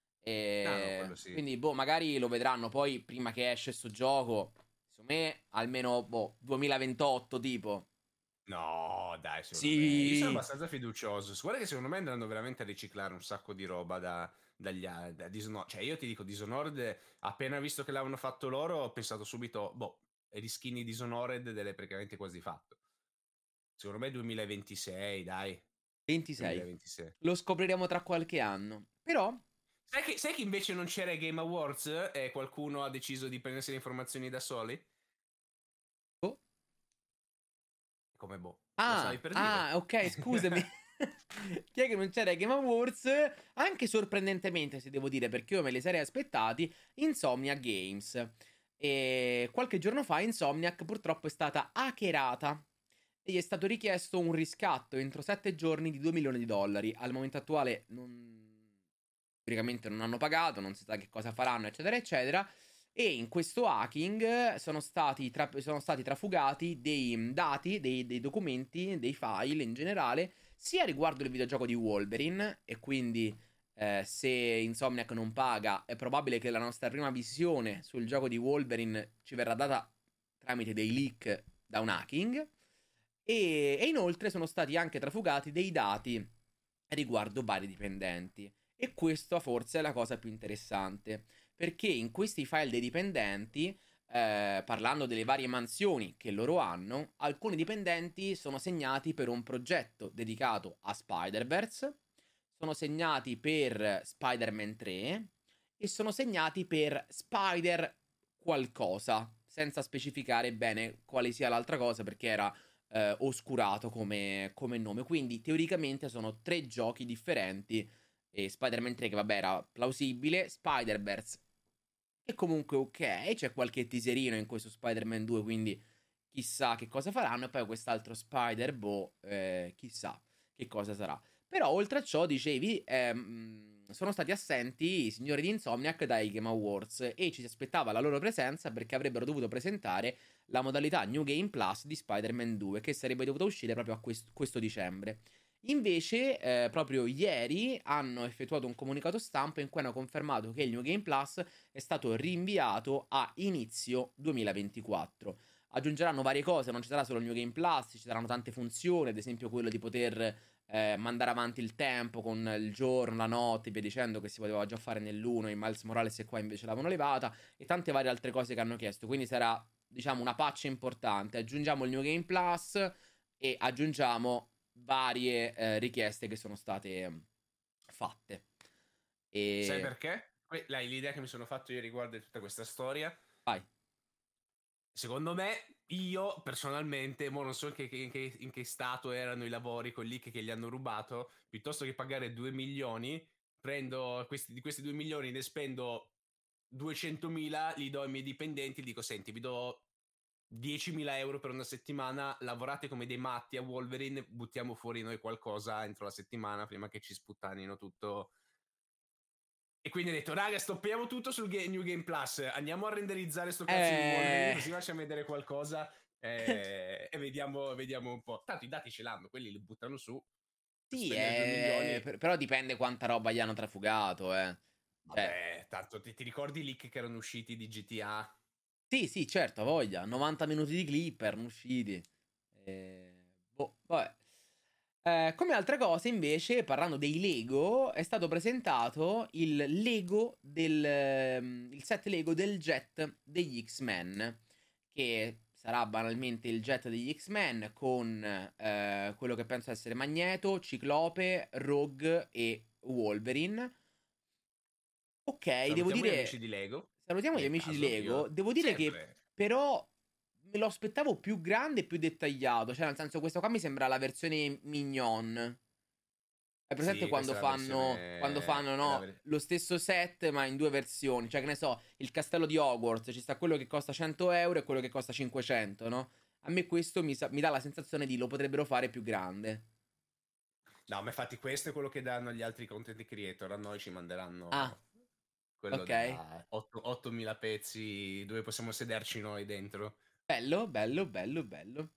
Ah no, E quello sì. quindi, boh, magari lo vedranno poi prima che esce sto gioco. Secondo me, almeno, boh, duemilaventotto tipo. No, dai, secondo me. Io sono Sì. abbastanza fiducioso. Guarda che secondo me andranno veramente a riciclare un sacco di roba da, dagli a- da Dishonored. Cioè, io ti dico, Dishonored, appena visto che l'avevano fatto loro, ho pensato subito, boh, riskin Dishonored delle praticamente quasi fatto. Secondo me duemilaventisei, dai. ventisei. duemilaventisei. Lo scopriremo tra qualche anno. Però, Sai che, sai che invece non c'era ai Game Awards e qualcuno ha deciso di prendersi le informazioni da soli? boh. Come boh, lo stavi Ah, per dire? ah, ok, scusami. Chi è che non c'era ai Game Awards? Anche sorprendentemente, se devo dire, perché io me li sarei aspettati, Insomniac Games. E qualche giorno fa Insomniac purtroppo è stata hackerata. e gli è stato richiesto un riscatto entro sette giorni di due milioni di dollari. Al momento attuale non... teoricamente non hanno pagato, non si sa che cosa faranno, eccetera, eccetera. E in questo hacking sono stati, tra- sono stati trafugati dei dati, dei, dei documenti, dei file in generale, sia riguardo il videogioco di Wolverine, e quindi eh, se Insomniac non paga, è probabile che la nostra prima visione sul gioco di Wolverine ci verrà data tramite dei leak da un hacking. E, e inoltre sono stati anche trafugati dei dati riguardo vari dipendenti. E questa forse è la cosa più interessante, perché in questi file dei dipendenti, eh, parlando delle varie mansioni che loro hanno, alcuni dipendenti sono segnati per un progetto dedicato a Spider-Verse, sono segnati per Spider-Man tre e sono segnati per Spider qualcosa, senza specificare bene quale sia l'altra cosa perché era eh, oscurato come, come nome. Quindi teoricamente sono tre giochi differenti. E Spider-Man tre che vabbè era plausibile, Spider-Verse che comunque ok, c'è qualche teaserino in questo Spider-Man due, quindi chissà che cosa faranno, e poi quest'altro Spider, boh, eh, chissà che cosa sarà. Però oltre a ciò, dicevi, ehm, sono stati assenti i signori di Insomniac dai Game Awards e ci si aspettava la loro presenza perché avrebbero dovuto presentare la modalità New Game Plus di Spider-Man due, che sarebbe dovuta uscire proprio a quest- questo dicembre. Invece, eh, proprio ieri hanno effettuato un comunicato stampa in cui hanno confermato che il New Game Plus è stato rinviato a inizio duemilaventiquattro. Aggiungeranno varie cose, non ci sarà solo il New Game Plus, ci saranno tante funzioni, ad esempio quello di poter eh, mandare avanti il tempo con il giorno, la notte e via dicendo, che si poteva già fare nell'uno, in Miles Morales e qua invece l'avevano levata, e tante varie altre cose che hanno chiesto, quindi sarà, diciamo, una patch importante. Aggiungiamo il New Game Plus e aggiungiamo varie eh, richieste che sono state fatte. Sai E perché? Que- la- L'idea che mi sono fatto io riguardo di tutta questa storia, vai. secondo me, io personalmente, mo non so che- che- in che, in che stato erano i lavori con lì che, che gli hanno rubato, piuttosto che pagare due milioni, prendo questi, di questi due milioni, ne spendo duecentomila, li do ai miei dipendenti, dico, senti, vi do diecimila euro per una settimana, lavorate come dei matti a Wolverine, buttiamo fuori noi qualcosa entro la settimana prima che ci sputtanino tutto. E quindi ho detto, raga, stoppiamo tutto sul Ga- New Game Plus, andiamo a renderizzare sto cazzo di Wolverine, Eh... così facciamo vedere qualcosa eh, e vediamo, vediamo un po'. Tanto i dati ce l'hanno, quelli li buttano su, per Sì, spendere due eh, milioni. per- però dipende quanta roba gli hanno trafugato, eh. Cioè, Vabbè, tanto ti, ti ricordi i leak che erano usciti di G T A? sì, sì, certo, ha voglia. novanta minuti di clip erano usciti. Eh, boh, vabbè. Eh, come altre cose, invece, parlando dei Lego, è stato presentato il Lego del ehm, il set Lego del jet degli X-Men, che sarà banalmente il jet degli X-Men con eh, quello che penso essere Magneto, Ciclope, Rogue e Wolverine. Ok, devo Salutiamo gli amici dire, di Lego, salutiamo gli nel amici di caso, Lego. io Devo dire che sempre. però me lo aspettavo più grande e più dettagliato. Cioè, nel senso, questo qua mi sembra la versione mignon. Hai presente Sì, quando questa è la fanno, quando versione... fanno, È la no, ver- lo stesso set ma in due versioni? Cioè, che ne so, il castello di Hogwarts, ci sta quello che costa cento euro e quello che costa cinquecento, no? A me questo mi, sa- mi dà la sensazione di lo potrebbero fare più grande. No, ma infatti questo è quello che danno agli altri content creator, a noi ci Ah, manderanno quello ok. da ottomila pezzi dove possiamo sederci noi dentro. Bello, bello, bello, bello.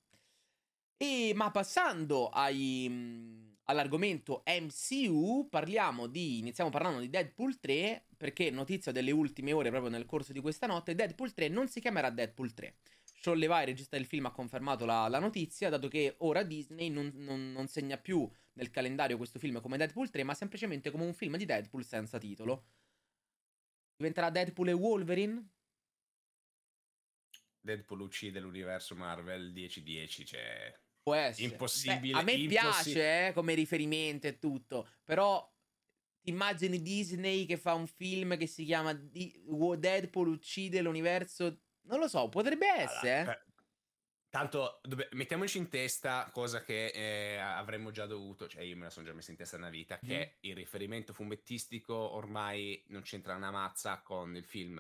E ma passando ai, mh, all'argomento M C U, parliamo di, iniziamo parlando di Deadpool tre, perché notizia delle ultime ore, proprio nel corso di questa notte, Deadpool tre non si chiamerà Deadpool tre. Sean Levi, regista del film, ha confermato la, la notizia, dato che ora Disney non, non- non segna più nel calendario questo film come Deadpool tre, ma semplicemente come un film di Deadpool senza titolo. Diventerà Deadpool e Wolverine? Deadpool uccide l'universo Marvel dieci dieci, cioè Può essere. Beh, a impossibile, me impossibile. piace, eh, come riferimento e tutto, però ti immagini Disney che fa un film che si chiama Di- Deadpool uccide l'universo? Non lo so, potrebbe Allora, essere, eh. per- tanto dobb- mettiamoci in testa cosa che eh, avremmo già dovuto, cioè io me la sono già messa in testa una vita, Mhm. che il riferimento fumettistico ormai non c'entra una mazza con il film.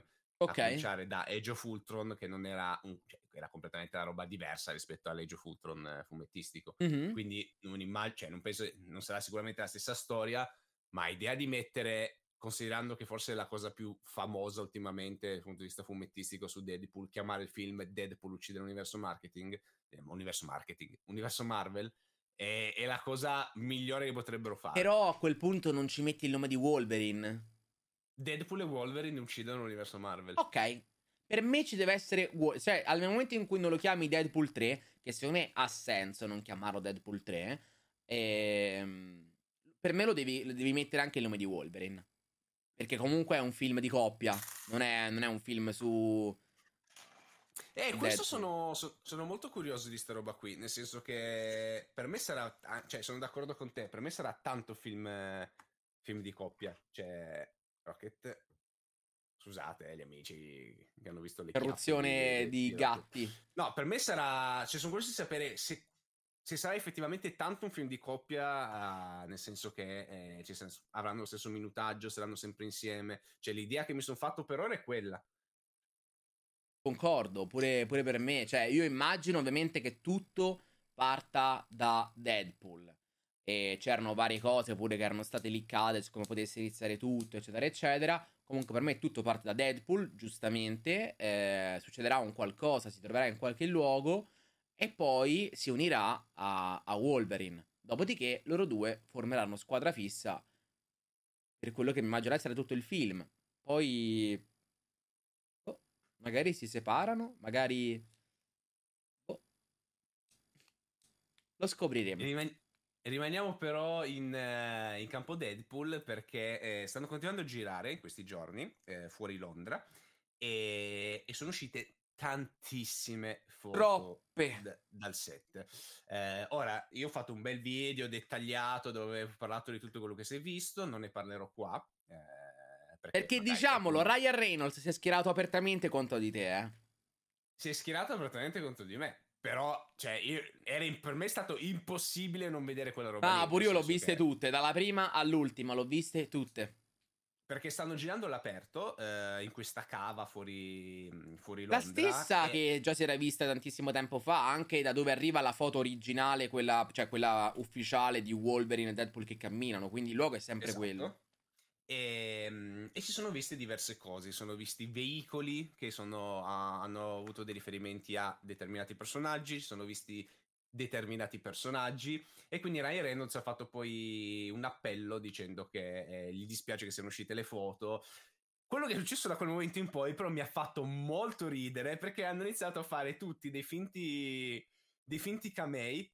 a cominciare da Age of Ultron, che non era un, cioè, era completamente una roba diversa rispetto all'Age of Ultron eh, fumettistico. Mm-hmm. Quindi non immag- cioè, non penso, non sarà sicuramente la stessa storia, ma idea di mettere, considerando che forse è la cosa più famosa ultimamente dal punto di vista fumettistico su Deadpool, chiamare il film Deadpool uccide l'universo marketing, eh, universo marketing, universo Marvel, è, è la cosa migliore che potrebbero fare. Però a quel punto non ci metti il nome di Wolverine. Deadpool e Wolverine uccidono l'universo Marvel. Ok, per me ci deve essere, cioè al momento in cui non lo chiami Deadpool tre, che secondo me ha senso non chiamarlo Deadpool tre, ehm, per me lo devi, lo devi mettere anche il nome di Wolverine, perché comunque è un film di coppia, non è, non è un film su... Eh, questo sono, so, sono molto curioso di sta roba qui, nel senso che per me sarà, cioè sono d'accordo con te, per me sarà tanto film, film di coppia, cioè Rocket... Scusate, eh, gli amici che hanno visto le Interruzione di, di, di gatti. No, per me sarà... Cioè, sono curioso di sapere se, se sarà effettivamente tanto un film di coppia, uh, nel senso che eh, cioè, avranno lo stesso minutaggio, saranno sempre insieme. Cioè, l'idea che mi sono fatto per ora è quella. Concordo, pure, pure per me. Cioè, io immagino ovviamente che tutto parta da Deadpool. E c'erano varie cose pure che erano state leakate su come potesse iniziare tutto, eccetera, eccetera. Comunque per me tutto parte da Deadpool, giustamente. Eh, succederà un qualcosa, si troverà in qualche luogo e poi si unirà a, a Wolverine. Dopodiché loro due formeranno squadra fissa per quello che mi immagino essere tutto il film. Poi... Oh, magari si separano, magari... Oh, lo scopriremo. Riman- rimaniamo però in, uh, in campo Deadpool perché eh, stanno continuando a girare in questi giorni eh, fuori Londra e, e sono uscite tantissime foto Troppe d- dal set. Eh, ora, io ho fatto un bel video dettagliato dove ho parlato di tutto quello che si è visto, non ne parlerò qua. Eh, perché, perché magari, diciamolo, qualcuno... Ryan Reynolds si è schierato apertamente contro di te, eh. Si è schierato apertamente contro di me. Però, cioè, io, era in, per me è stato impossibile non vedere quella roba. Ah, lì, pure io l'ho viste che... tutte, dalla prima all'ultima, l'ho viste tutte. Perché stanno girando all'aperto, eh, in questa cava fuori, fuori La Londra. stessa e... che già si era vista tantissimo tempo fa, anche da dove arriva la foto originale, quella, cioè quella ufficiale di Wolverine e Deadpool che camminano, quindi il luogo è sempre esatto. quello. E, e si sono viste diverse cose, si sono visti veicoli che sono, a, hanno avuto dei riferimenti a determinati personaggi, si sono visti determinati personaggi e quindi Ryan Reynolds ha fatto poi un appello dicendo che eh, gli dispiace che siano uscite le foto. Quello che è successo da quel momento in poi però mi ha fatto molto ridere perché hanno iniziato a fare tutti dei finti dei finti camei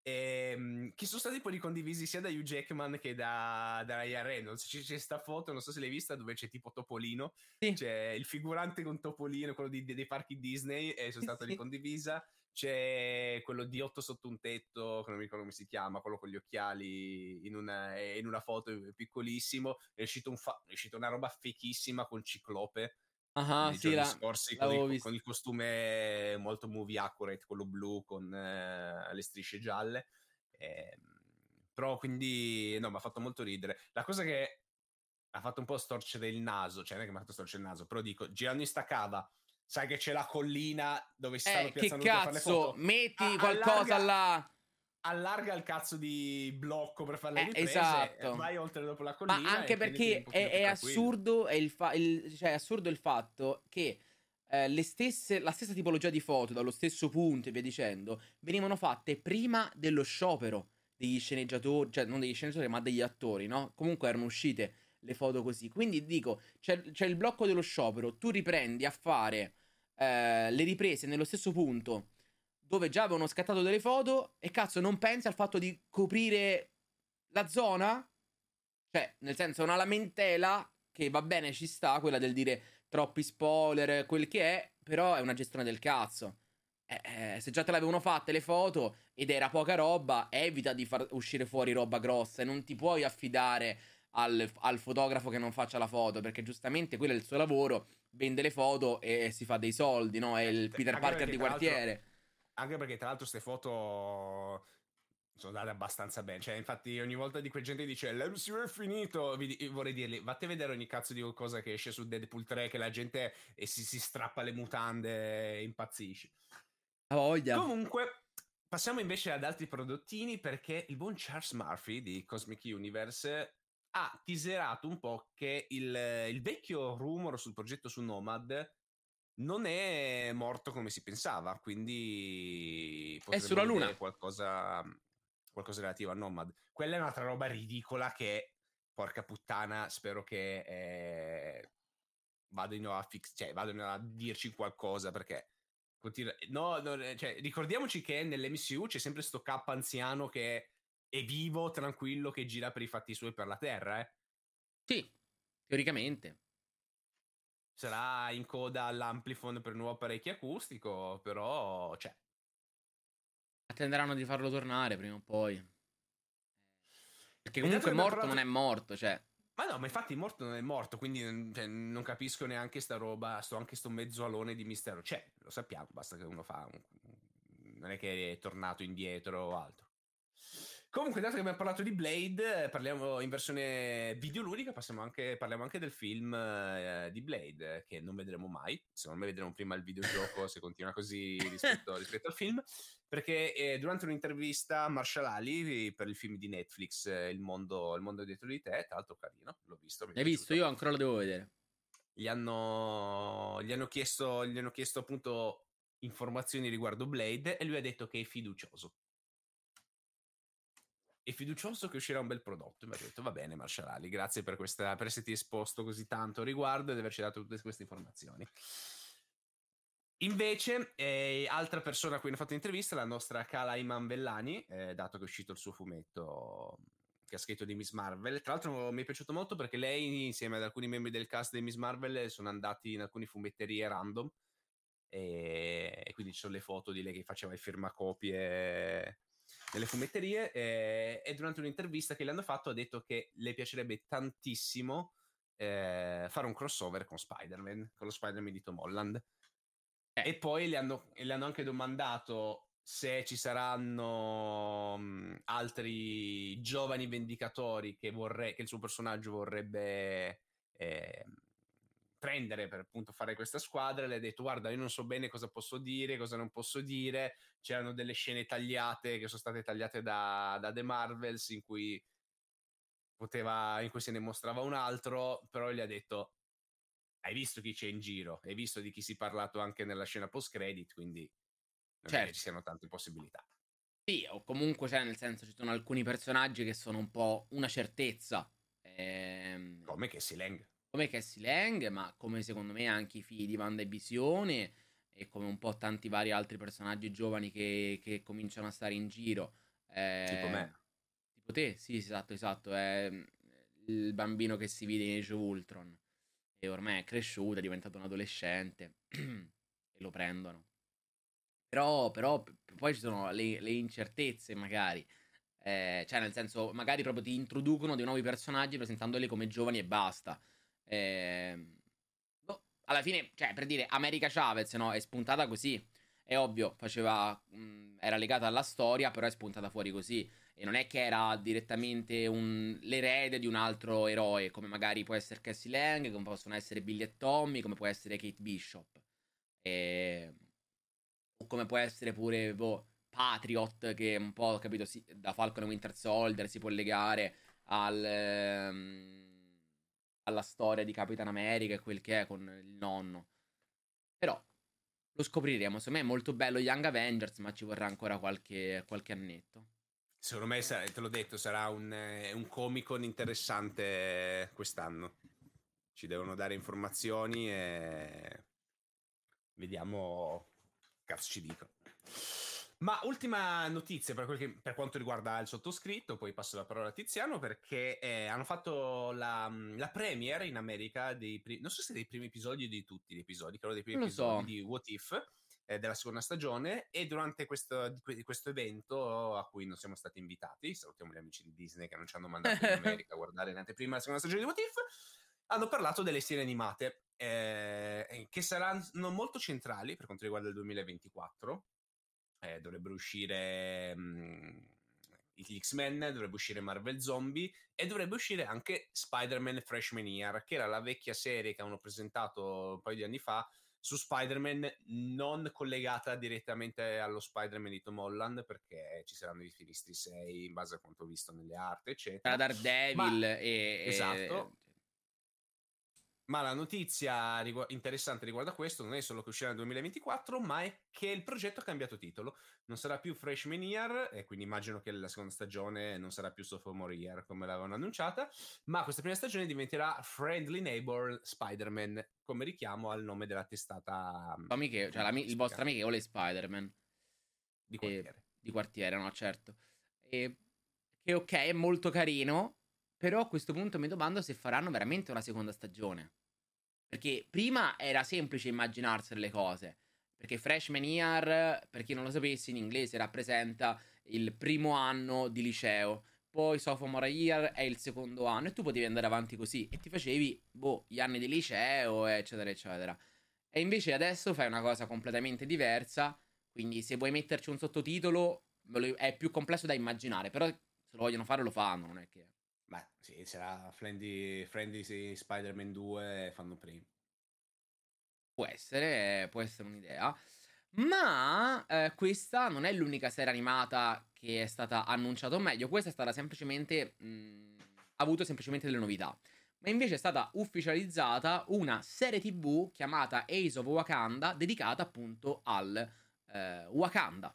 ehm, che sono stati poi ricondivisi sia da Hugh Jackman che da, da Ryan Reynolds. C'è, c'è sta foto, non so se l'hai vista, dove c'è tipo Topolino, Sì. c'è il figurante con Topolino, quello di, dei parchi Disney, e sono Sì, stata sì. ricondivisa. C'è quello di Otto sotto un tetto, che non mi ricordo come si chiama, quello con gli occhiali in una, in una foto piccolissimo. È uscito, un fa- è uscito una roba fechissima con Ciclope Ah, nei sì, giorni la, scorsi con il, visto. con il costume molto movie accurate, quello blu con eh, le strisce gialle. Eh, però quindi no, mi ha fatto molto ridere. La cosa che ha fatto un po' storcere il naso, cioè non è che mi ha fatto storcere il naso, però dico, girando in sta cava, sai che c'è la collina dove si stanno Eh, che piazzando tutti a fare le cazzo, foto. metti A- qualcosa allarga, là. allarga il cazzo di blocco per fare le Eh, riprese, esatto. vai oltre dopo la Ma collina anche e tieniti un perché pochino è, più è tranquillo. assurdo, è, il fa- il- cioè, è assurdo il fatto che eh, le stesse, la stessa tipologia di foto, dallo stesso punto e via dicendo, venivano fatte prima dello sciopero degli sceneggiatori, cioè non degli sceneggiatori, ma degli attori, no? Comunque erano uscite le foto così. Quindi dico, c'è, c'è il blocco dello sciopero, tu riprendi a fare eh, le riprese nello stesso punto dove già avevano scattato delle foto e cazzo non pensi al fatto di coprire la zona? Cioè, nel senso, una lamentela che va bene, ci sta, quella del dire troppi spoiler, quel che è, però è una gestione del cazzo. Eh, eh, se già te l'avevano fatte le foto ed era poca roba, evita di far uscire fuori roba grossa e non ti puoi affidare al, al fotografo che non faccia la foto, perché giustamente quello è il suo lavoro, vende le foto e si fa dei soldi, no? È il Peter Anche Parker perché, di tra l'altro, quartiere. anche perché tra l'altro queste foto sono andate abbastanza bene. Cioè, infatti, ogni volta di quella gente dice l'M C U è finito. Vi, vorrei dirgli, vatte a vedere ogni cazzo di qualcosa che esce su Deadpool tre, che la gente e si, si strappa le mutande e impazzisce. Ha voglia. Comunque, passiamo invece ad altri prodottini, perché il buon Charles Murphy di Cosmic Universe ha teaserato un po' che il, il vecchio rumor sul progetto su Nomad non è morto come si pensava, quindi È potremmo sulla vedere Luna. qualcosa, qualcosa relativo a Nomad. Quella è un'altra roba ridicola che, porca puttana, spero che eh, vadano a fix, cioè vadano a dirci qualcosa, perché continua... no, no, cioè, ricordiamoci che nell'M C U c'è sempre sto K anziano che è vivo, tranquillo, che gira per i fatti suoi per la Terra, eh. Sì, teoricamente. Sarà in coda all'Amplifon per nuovo apparecchio acustico, però c'è. Attenderanno di farlo tornare prima o poi. Perché E dato comunque che abbiamo morto non parlato... è morto, cioè. Ma no, ma infatti morto non è morto, quindi cioè, non capisco neanche sta roba, sto anche sto mezzo alone di mistero. C'è, lo sappiamo, basta che uno fa... Un... non è che è tornato indietro o altro. Comunque, dato che abbiamo parlato di Blade, parliamo in versione videoludica, passiamo anche, parliamo anche del film eh, di Blade, che non vedremo mai. Secondo me vedremo prima il videogioco se continua così rispetto, rispetto al film. Perché eh, durante un'intervista a Marshall Ali per il film di Netflix, eh, il, mondo, il mondo dietro di te, tra l'altro carino, l'ho visto, mi è Hai visto? piaciuto. Io ancora lo devo vedere. Gli hanno, gli hanno chiesto, gli hanno chiesto appunto informazioni riguardo Blade e lui ha detto che è fiducioso. È fiducioso che uscirà un bel prodotto. E mi ha detto, va bene Marshall Ali, grazie per, questa, per esserti esposto così tanto a riguardo e di averci dato tutte queste informazioni. Invece, eh, altra persona a cui hanno fatto l'intervista, la nostra Kala Iman Vellani, eh, dato che è uscito il suo fumetto che ha scritto di Miss Marvel. Tra l'altro mi è piaciuto molto perché lei, insieme ad alcuni membri del cast di Miss Marvel, sono andati in alcune fumetterie random e, e quindi ci sono le foto di lei che faceva i firmacopie nelle fumetterie e, e durante un'intervista che le hanno fatto ha detto che le piacerebbe tantissimo eh, fare un crossover con Spider-Man, con lo Spider-Man di Tom Holland. Eh. E poi le hanno, le hanno anche domandato se ci saranno mh, altri giovani vendicatori che, vorrei, che il suo personaggio vorrebbe eh, prendere per appunto fare questa squadra. E le ha detto guarda, io non so bene cosa posso dire, cosa non posso dire. C'erano delle scene tagliate che sono state tagliate da, da The Marvels in cui poteva, in cui se ne mostrava un altro, però gli ha detto hai visto chi c'è in giro, hai visto di chi si è parlato anche nella scena post-credit, quindi non Certo. è che ci siano tante possibilità. Sì, o comunque, cioè, nel senso, ci sono alcuni personaggi che sono un po' una certezza. Ehm, Come Cassie Lang. come Cassie Lang, ma come secondo me anche i figli di Wanda e Visione, e come un po' tanti vari altri personaggi giovani che, che cominciano a stare in giro. Tipo Eh, me. tipo te, sì, esatto, esatto. È il bambino che si vede in Age of Ultron. E ormai è cresciuto, è diventato un adolescente. E lo prendono. Però, però p- poi ci sono le, le incertezze, magari. Eh, cioè, nel senso, magari proprio ti introducono dei nuovi personaggi presentandoli come giovani e basta. Eh, boh, alla fine, cioè, per dire, America Chavez, no? È spuntata così. È ovvio, faceva. Mh, era legata alla storia, però è spuntata fuori così. E non è che era direttamente un, l'erede di un altro eroe, come magari può essere Cassie Lang, come possono essere Billy e Tommy, come può essere Kate Bishop. E o come può essere pure boh, Patriot, che un po', capito, si, da Falcon e Winter Soldier si può legare al, ehm, alla storia di Capitan America e quel che è con il nonno. Però lo scopriremo. Secondo me è molto bello Young Avengers, ma ci vorrà ancora qualche, qualche annetto. Secondo me, te l'ho detto, sarà un, eh, un Comic-Con interessante quest'anno. Ci devono dare informazioni e vediamo cazzo ci dicono. Ma ultima notizia per, quel che, per quanto riguarda il sottoscritto, poi passo la parola a Tiziano perché eh, hanno fatto la, la premiere in America dei primi, non so se dei primi episodi o di tutti gli episodi, però dei primi Non lo episodi so. di What If eh, della seconda stagione e durante questo, questo evento a cui non siamo stati invitati, salutiamo gli amici di Disney che non ci hanno mandato in America a guardare in anteprima la seconda stagione di What If, hanno parlato delle serie animate eh, che saranno molto centrali per quanto riguarda il duemilaventiquattro. Eh, dovrebbero uscire mh, gli X-Men, dovrebbe uscire Marvel Zombie e dovrebbe uscire anche Spider-Man Freshman Year, che era la vecchia serie che hanno presentato un paio di anni fa su Spider-Man, non collegata direttamente allo Spider-Man di Tom Holland, perché ci saranno i finistri sei in base a quanto ho visto nelle arte, Tra eccetera. Daredevil Ma, e... esatto. e... Ma la notizia rigu- interessante riguardo a questo non è solo che uscirà nel duemilaventiquattro, ma è che il progetto ha cambiato titolo. Non sarà più Freshman Year, e quindi immagino che la seconda stagione non sarà più Sophomore Year come l'avevano annunciata, ma questa prima stagione diventerà Friendly Neighbor Spider-Man, come richiamo al nome della testata mm, Amiche, cioè l'ami- il vostro amichevole Spider-Man. di E... quartiere. Di quartiere, no, certo. E... Che ok, è molto carino, però a questo punto mi domando se faranno veramente una seconda stagione. Perché prima era semplice immaginarsene le cose. Perché Freshman Year, per chi non lo sapesse, in inglese rappresenta il primo anno di liceo. Poi Sophomore Year è il secondo anno. E tu potevi andare avanti così. E ti facevi, boh, gli anni di liceo, eccetera, eccetera. E invece adesso fai una cosa completamente diversa. Quindi se vuoi metterci un sottotitolo, è più complesso da immaginare. Però se lo vogliono fare, lo fanno. Non è che... Beh, sì, sarà Friendly, Friendly sì, Spider-Man due fanno prima. Può essere, può essere un'idea. Ma eh, questa non è l'unica serie animata che è stata annunciata, o meglio, questa è stata semplicemente... mh, ha avuto semplicemente delle novità. Ma invece è stata ufficializzata una serie T V chiamata Ace of Wakanda, dedicata appunto al eh, Wakanda.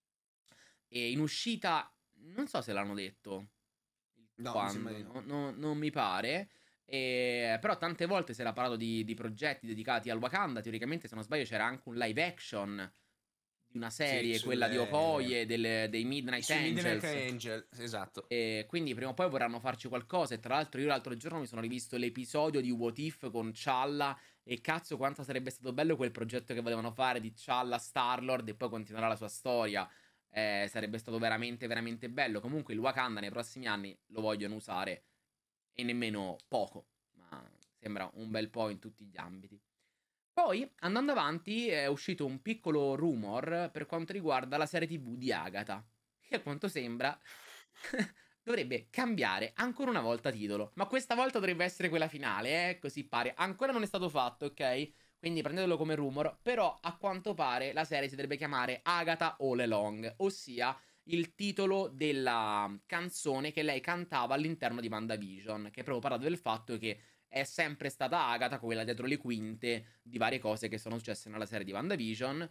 E in uscita, non so se l'hanno detto No, mi sembra quando, di no. no- no- non mi pare. E- però tante volte si era parlato di, di progetti dedicati al Wakanda. Teoricamente, se non sbaglio, c'era anche un live action di una Sì, serie, quella di sulle... Okoye, del- dei Midnight sui Midnight Angels. Angel, esatto. E quindi prima o poi vorranno farci qualcosa. E tra l'altro, io l'altro giorno mi sono rivisto l'episodio di What If con Challa. E cazzo, quanto sarebbe stato bello quel progetto che volevano fare di Challa Star-Lord e poi continuerà la sua storia. Eh, sarebbe stato veramente, veramente bello. Comunque, il Wakanda nei prossimi anni lo vogliono usare e nemmeno poco, ma sembra un bel po' in tutti gli ambiti. Poi, andando avanti, è uscito un piccolo rumor per quanto riguarda la serie T V di Agatha, che a quanto sembra dovrebbe cambiare ancora una volta titolo, ma questa volta dovrebbe essere quella finale, eh, così pare. Ancora non è stato fatto, ok? Quindi prendetelo come rumor, però a quanto pare la serie si dovrebbe chiamare Agatha All Along, ossia il titolo della canzone che lei cantava all'interno di WandaVision, che proprio parla del fatto che è sempre stata Agatha quella dietro le quinte di varie cose che sono successe nella serie di WandaVision.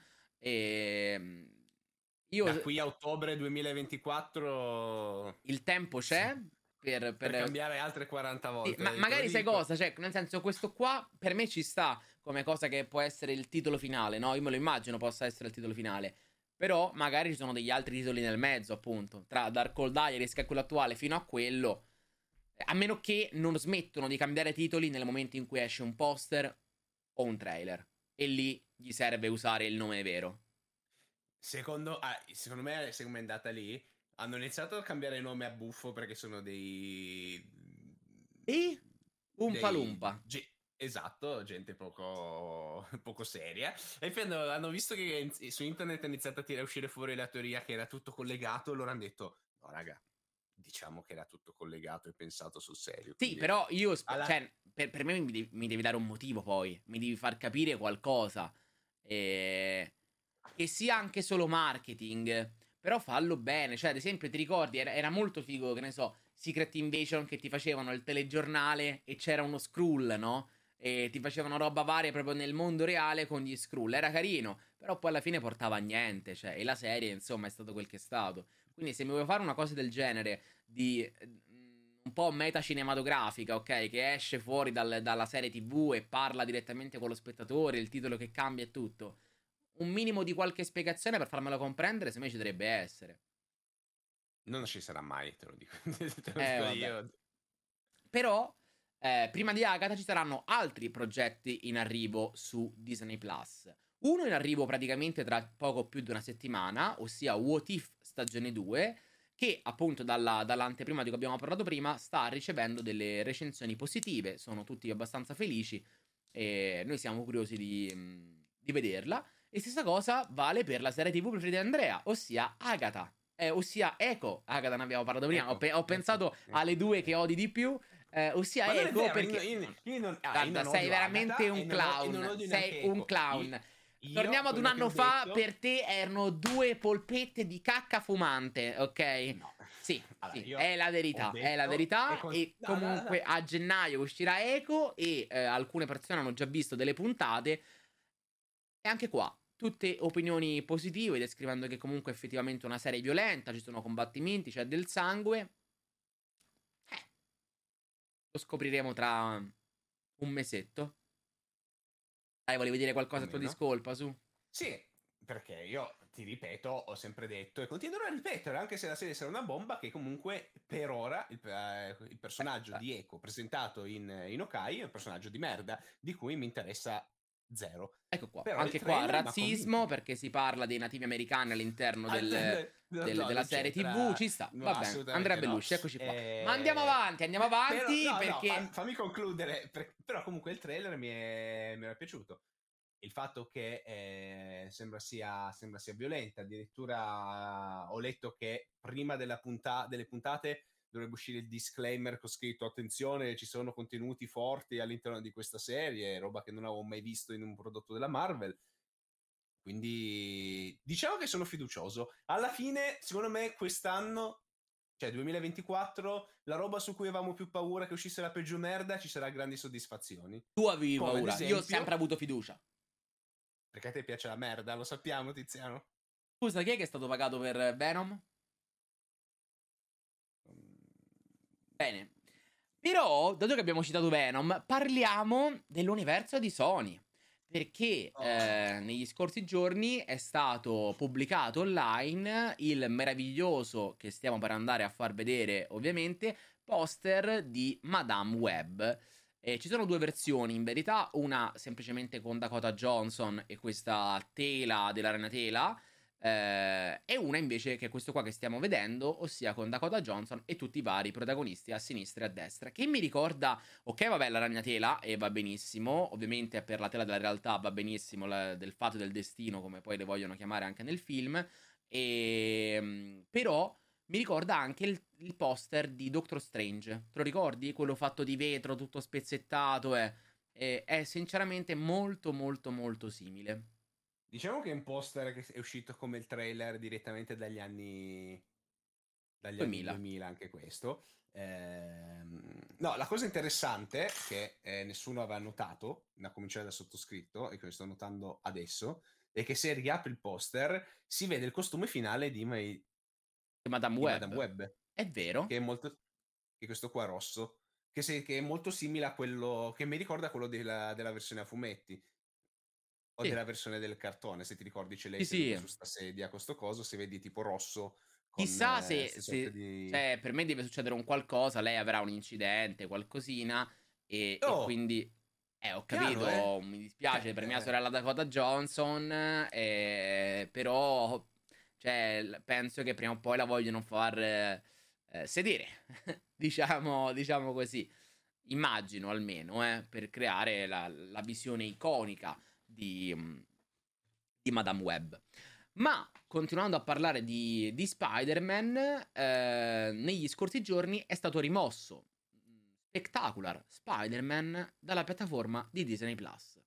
E Da io qui a ottobre duemilaventiquattro il tempo sì, c'è per, per per... cambiare altre quaranta Sì, ma volte, te lo magari sai dico. cosa? Cioè, nel senso, questo qua per me ci sta come cosa che può essere il titolo finale, no? Io me lo immagino possa essere il titolo finale. Però magari ci sono degli altri titoli nel mezzo, appunto. Tra Dark Cold Diaries, che è quello attuale, fino a quello. A meno che non smettono di cambiare titoli nel momento in cui esce un poster o un trailer. E lì gli serve usare il nome vero. Secondo, ah, secondo me, se come è andata lì, hanno iniziato a cambiare nome a buffo perché sono dei... E Umpa dei... Lumpa. ge- esatto, gente poco, poco seria. E poi hanno, hanno visto che in- su internet è iniziata a tirare uscire fuori la teoria che era tutto collegato, loro hanno detto, no raga, diciamo che era tutto collegato e pensato sul serio. Sì, Quindi, però io... spe- alla... cioè, per, per me mi devi, mi devi dare un motivo poi. Mi devi far capire qualcosa. E... Che sia anche solo marketing. Però fallo bene. Cioè, ad esempio, ti ricordi, era, era molto figo, che ne so, Secret Invasion che ti facevano il telegiornale e c'era uno Skrull, no? E ti facevano roba varia proprio nel mondo reale con gli Skrull. Era carino, però poi alla fine portava a niente. Cioè, e la serie, insomma, è stato quel che è stato. Quindi se mi vuoi fare una cosa del genere, di mm, un po' meta cinematografica, ok? Che esce fuori dal- dalla serie T V e parla direttamente con lo spettatore, il titolo che cambia e tutto. Un minimo di qualche spiegazione per farmelo comprendere, se me ci dovrebbe essere. Non ci sarà mai, te lo dico, te lo Eh, dico vabbè. io. Però, eh, prima di Agatha ci saranno altri progetti in arrivo su Disney Plus. Uno in arrivo praticamente tra poco più di una settimana, ossia What If stagione due, che appunto dalla, dall'anteprima di cui abbiamo parlato prima sta ricevendo delle recensioni positive, sono tutti abbastanza felici e noi siamo curiosi di, mh, di vederla. E stessa cosa vale per la serie T V preferita di Andrea, ossia Agatha. eh, ossia Echo, Agatha, ne abbiamo parlato prima, ho, Ecco, pe- ho ecco, pensato ecco. alle due che odi di più, eh, ossia Ma non è Echo vero, io, perché... io- io non, ah, io Guarda, non sei odio veramente Agatha un e non, o- e non clown, odio sei neanche un Eco. Io, clown. io, Torniamo ad un quello che anno ho fa, detto... per te erano due polpette di cacca fumante, ok? No, Sì, allora sì, io è la ho verità, è la detto e verità con... e no, no, no, comunque no. a gennaio uscirà Echo e eh, alcune persone hanno già visto delle puntate e anche qua tutte opinioni positive, descrivendo che comunque è effettivamente una serie violenta, ci sono combattimenti, c'è del sangue. Eh, lo scopriremo tra un mesetto. Dai, volevi dire Più o qualcosa a tua meno. discolpa, su? Sì, perché io ti ripeto, ho sempre detto e continuerò a ripetere, anche se la serie sarà una bomba, che comunque per ora il, eh, il Beh, personaggio beh. di Eiko presentato in, in Okai è un personaggio di merda di cui mi interessa zero. Ecco qua, Però il anche qua trailer mi ha razzismo convinto. perché si parla dei nativi americani all'interno Ah, del, no, del- no, della non serie T V, c'entra, ci sta, no, va bene, Andrea assolutamente no. Belushi, eccoci qua. Ma andiamo Eh, avanti, andiamo però, avanti no, no, perché... fam- fammi concludere, per- però comunque il trailer mi, è- mi era piaciuto. Il fatto che eh, sembra sia, sembra sia violenta, addirittura ho letto che prima della punta- delle puntate dovrebbe uscire il disclaimer con scritto attenzione, ci sono contenuti forti all'interno di questa serie, roba che non avevo mai visto in un prodotto della Marvel. Quindi diciamo che sono fiducioso. Alla fine, secondo me, quest'anno, cioè duemilaventiquattro, la roba su cui avevamo più paura che uscisse la peggio merda, ci sarà grandi soddisfazioni. Tu avevi Come ad paura, io ho sempre esempio, avuto fiducia. perché a te piace la merda, lo sappiamo, Tiziano. Scusa, chi è che è stato pagato per Venom? Bene. Però, dato che abbiamo citato Venom, parliamo dell'universo di Sony. Perché Oh. eh, negli scorsi giorni è stato pubblicato online il meraviglioso, che stiamo per andare a far vedere ovviamente, poster di Madame Web. E ci sono due versioni in verità, una semplicemente con Dakota Johnson e questa tela della ragnatela, eh, e una invece che è questo qua che stiamo vedendo, ossia con Dakota Johnson e tutti i vari protagonisti a sinistra e a destra. Che mi ricorda, ok, vabbè, la ragnatela e va benissimo, ovviamente per la tela della realtà va benissimo, la, del fatto del destino, come poi le vogliono chiamare anche nel film, e, però mi ricorda anche il, il poster di Doctor Strange. Te lo ricordi? Quello fatto di vetro, tutto spezzettato, è, è, è sinceramente molto molto molto simile. Diciamo che è un poster che è uscito come il trailer direttamente dagli anni dagli anni duemila. duemila anche questo. Ehm, no, la cosa interessante che eh, nessuno aveva notato, da cominciare dal sottoscritto, e che sto notando adesso, è che se riapri il poster si vede il costume finale di, Mai- Madame di Madame Web. Web, È vero? che è molto, che è questo qua rosso, che, se- che è molto simile a quello, che mi ricorda quello della, della versione a fumetti, o Sì. della versione del cartone, se ti ricordi c'è lei Sì, seduta sì. su sta sedia, questo coso, se vedi tipo rosso con Chissà se, queste sorte se- di... cioè, per me deve succedere un qualcosa, lei avrà un incidente, qualcosina, e, e Oh, quindi, eh, ho piano, eh? capito, mi dispiace Cioè, per mia eh, sorella Dakota Johnson, eh, però, cioè, l- penso che prima o poi la vogliono far eh, eh, sedere, diciamo, diciamo così. Immagino almeno, eh, per creare la, la visione iconica di, di Madame Web. Ma continuando a parlare di, di Spider-Man, eh, negli scorsi giorni è stato rimosso Spectacular Spider-Man dalla piattaforma di Disney Plus.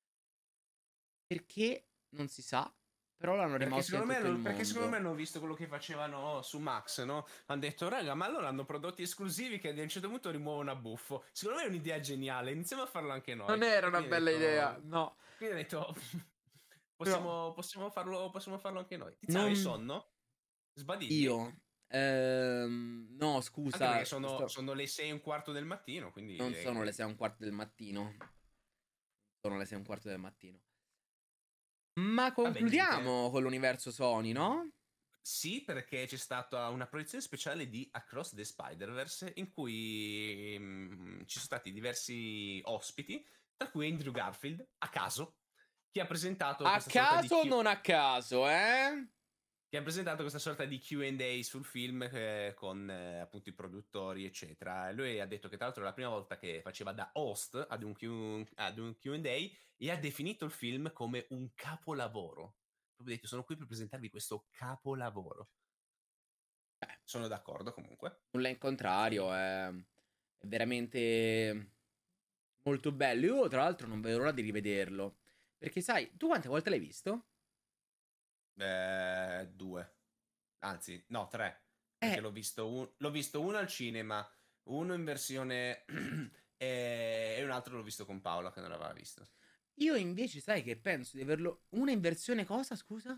Perché non si sa, però l'hanno perché rimosso in secondo me tutto il hanno, perché secondo me mondo. hanno visto quello che facevano su Max, no? Hanno detto, raga, ma allora hanno prodotti esclusivi che a un certo punto rimuovono a buffo. Secondo me è un'idea geniale, iniziamo a farlo anche noi. Non era una Quindi ho bella idea, detto, no. quindi ho detto Però possiamo, possiamo farlo, possiamo farlo anche noi. Tiziano, hai non sonno? Sbadigli? io. Ehm, no, Anche perché scusa, sono, sto- sono le sei e un quarto del mattino, quindi non direi sono le che... sei e un quarto del mattino. Sono le sei e un quarto del mattino. Ma Vabbè, niente. concludiamo con l'universo Sony, no? Sì, perché c'è stata una proiezione speciale di Across the Spider-Verse in cui mm, ci sono stati diversi ospiti, tra cui Andrew Garfield, a caso, che ha presentato A questa sorta di caso o Q- non a caso, eh? che ha presentato questa sorta di Q and A sul film eh, con eh, appunto i produttori, eccetera. E lui ha detto che tra l'altro è la prima volta che faceva da host ad un, Q- ad un Q and A e ha definito il film come un capolavoro. Proprio detto, sono qui per presentarvi questo capolavoro. Eh, Sono d'accordo comunque. nulla in contrario, è, è veramente molto bello. Io, tra l'altro, non vedo l'ora di rivederlo. Perché, sai, tu quante volte l'hai visto? Eh, due. Anzi, no, tre. Perché Eh, l'ho visto, un- l'ho visto uno al cinema, uno in versione e... e un altro l'ho visto con Paola che non l'aveva visto. io invece, sai che penso di averlo. Una in versione cosa, scusa?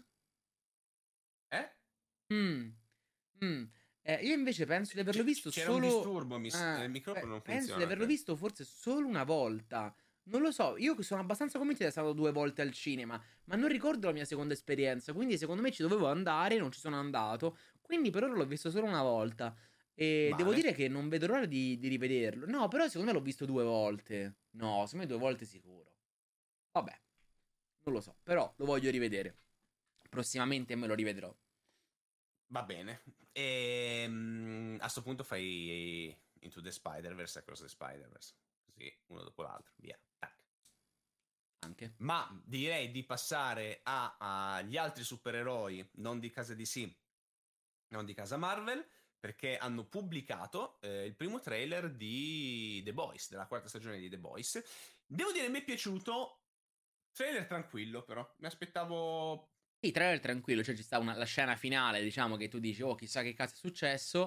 Eh? Mm, mm. Eh, io invece penso di averlo C- c- visto c'era un solo. disturbo, mi s- Ah, il microfono pe- non penso di funziona, averlo credo. visto forse solo una volta. Non lo so, io sono abbastanza convinto di essere stato due volte al cinema, ma non ricordo la mia seconda esperienza, quindi secondo me ci dovevo andare, non ci sono andato, quindi per ora l'ho visto solo una volta. E devo Male. dire che non vedo l'ora di, di rivederlo. No, però secondo me l'ho visto due volte. No, secondo me due volte sicuro. Vabbè, non lo so, però lo voglio rivedere. Prossimamente me lo rivedrò. Va bene. E mm, a sto punto fai Into the Spider-Verse, Across the Spider-Verse. Così, uno dopo l'altro. Via. Tac. Anche. Ma direi di passare a- agli altri supereroi, non di casa D C, non di casa Marvel, perché hanno pubblicato eh, il primo trailer di The Boys, della quarta stagione di The Boys. Devo dire, mi è piaciuto. Trailer tranquillo, però. Mi aspettavo. Sì, trailer tranquillo, cioè ci sta una- la scena finale, diciamo, che tu dici, oh, chissà che cazzo è successo,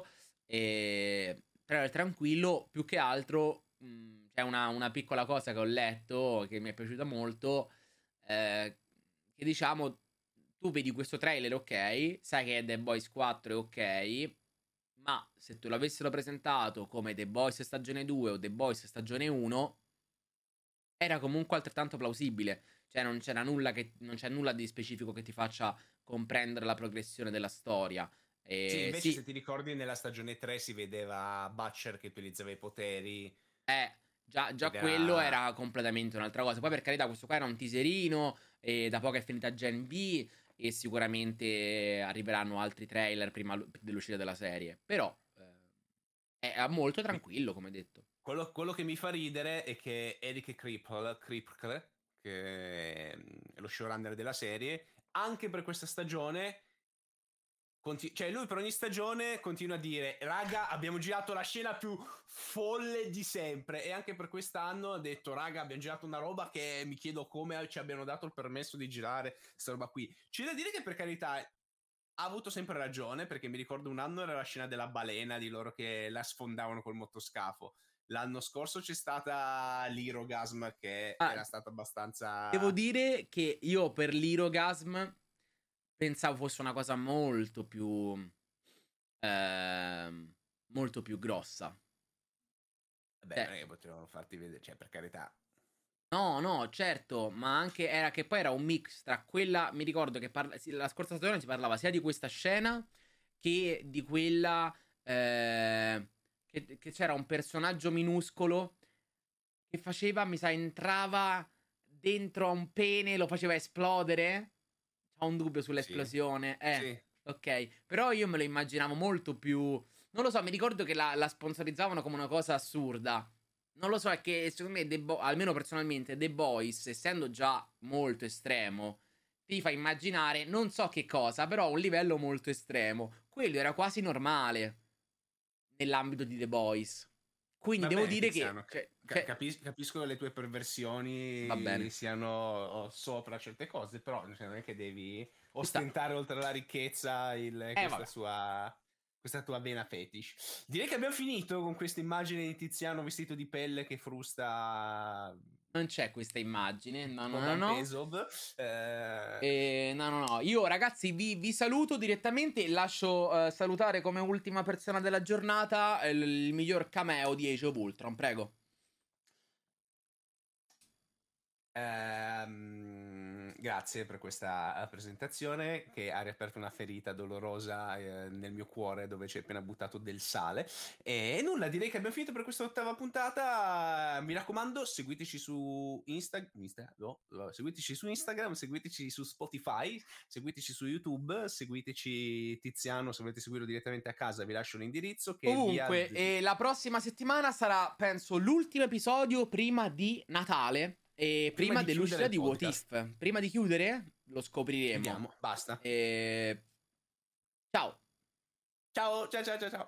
e trailer tranquillo, più che altro, mh, c'è una, una piccola cosa che ho letto, che mi è piaciuta molto, eh, che diciamo, tu vedi questo trailer, ok, sai che è The Boys quattro, è ok, ma se te lo avessero presentato come The Boys stagione due o The Boys stagione uno, era comunque altrettanto plausibile. Cioè, non c'era nulla che. Non c'è nulla di specifico che ti faccia comprendere la progressione della storia. Sì, E invece sì, se ti ricordi nella stagione tre si vedeva Butcher che utilizzava i poteri eh, già, già ed quello era... era completamente un'altra cosa. Poi, per carità, questo qua era un teaserino. E da poco è finita Gen V. E sicuramente arriveranno altri trailer prima l- dell'uscita della serie. Però eh, è molto tranquillo, come detto. Quello, quello che mi fa ridere è che Eric Kripke, Kripke, che è lo showrunner della serie, anche per questa stagione, conti- cioè lui per ogni stagione continua a dire, raga, abbiamo girato la scena più folle di sempre, e anche per quest'anno ha detto, raga, abbiamo girato una roba che mi chiedo come ci abbiano dato il permesso di girare questa roba qui. C'è da dire che per carità ha avuto sempre ragione, perché mi ricordo un anno era la scena della balena, di loro che la sfondavano col motoscafo. L'anno scorso c'è stata l'Irogasm che Ah, era stata devo abbastanza... dire che io per l'Irogasm pensavo fosse una cosa molto più. ehm, molto più grossa. Beh, Cioè, non è che potevano farti vedere, cioè per carità. no, no, certo, ma anche era che poi era un mix tra quella. Mi ricordo che parla, sì, la scorsa stagione si parlava sia di questa scena che di quella. eh, che, che c'era un personaggio minuscolo che faceva, mi sa, entrava dentro a un pene, lo faceva esplodere. Ho un dubbio Sì, sull'esplosione. Eh, sì. ok. Però io me lo immaginavo molto più. Non lo so, mi ricordo che la, la sponsorizzavano come una cosa assurda. Non lo so, è che secondo me, The Bo- almeno personalmente, The Boys, essendo già molto estremo, ti fa immaginare non so che cosa, però a un livello molto estremo. Quello era quasi normale nell'ambito di The Boys. Quindi Va devo bene, dire che. Tiziano, ca- Cioè, ca- cioè, capis- capisco che le tue va perversioni bene. siano sopra certe cose, però cioè, non è che devi Ci sta. ostentare oltre la ricchezza il- Eh, questa vabbè. sua... questa tua vena fetish. Direi che abbiamo finito con questa immagine di Tiziano vestito di pelle che frusta Non c'è questa immagine. No, no, no, Boban no. Pesov. Eh, Eh, no, no, no. Io, ragazzi, vi, vi saluto direttamente e lascio eh, salutare come ultima persona della giornata il, il miglior cameo di Age of Ultron. Prego. Ehm, grazie per questa eh, presentazione che ha riaperto una ferita dolorosa eh, nel mio cuore dove ci hai appena buttato del sale. E nulla, direi che abbiamo finito per questa ottava puntata. Mi raccomando, seguiteci su Insta- Insta- no, no, seguiteci su Instagram, seguiteci su Spotify, seguiteci su YouTube, seguiteci Tiziano se volete seguirlo direttamente a casa, vi lascio l'indirizzo che è via... Comunque, eh, la prossima settimana sarà, penso, l'ultimo episodio prima di Natale e Prima prima di chiudere dell'uscita il di What podcast. If. Prima di chiudere, lo scopriremo. Chiudiamo, basta. E... Ciao. Ciao, ciao, ciao, ciao, ciao.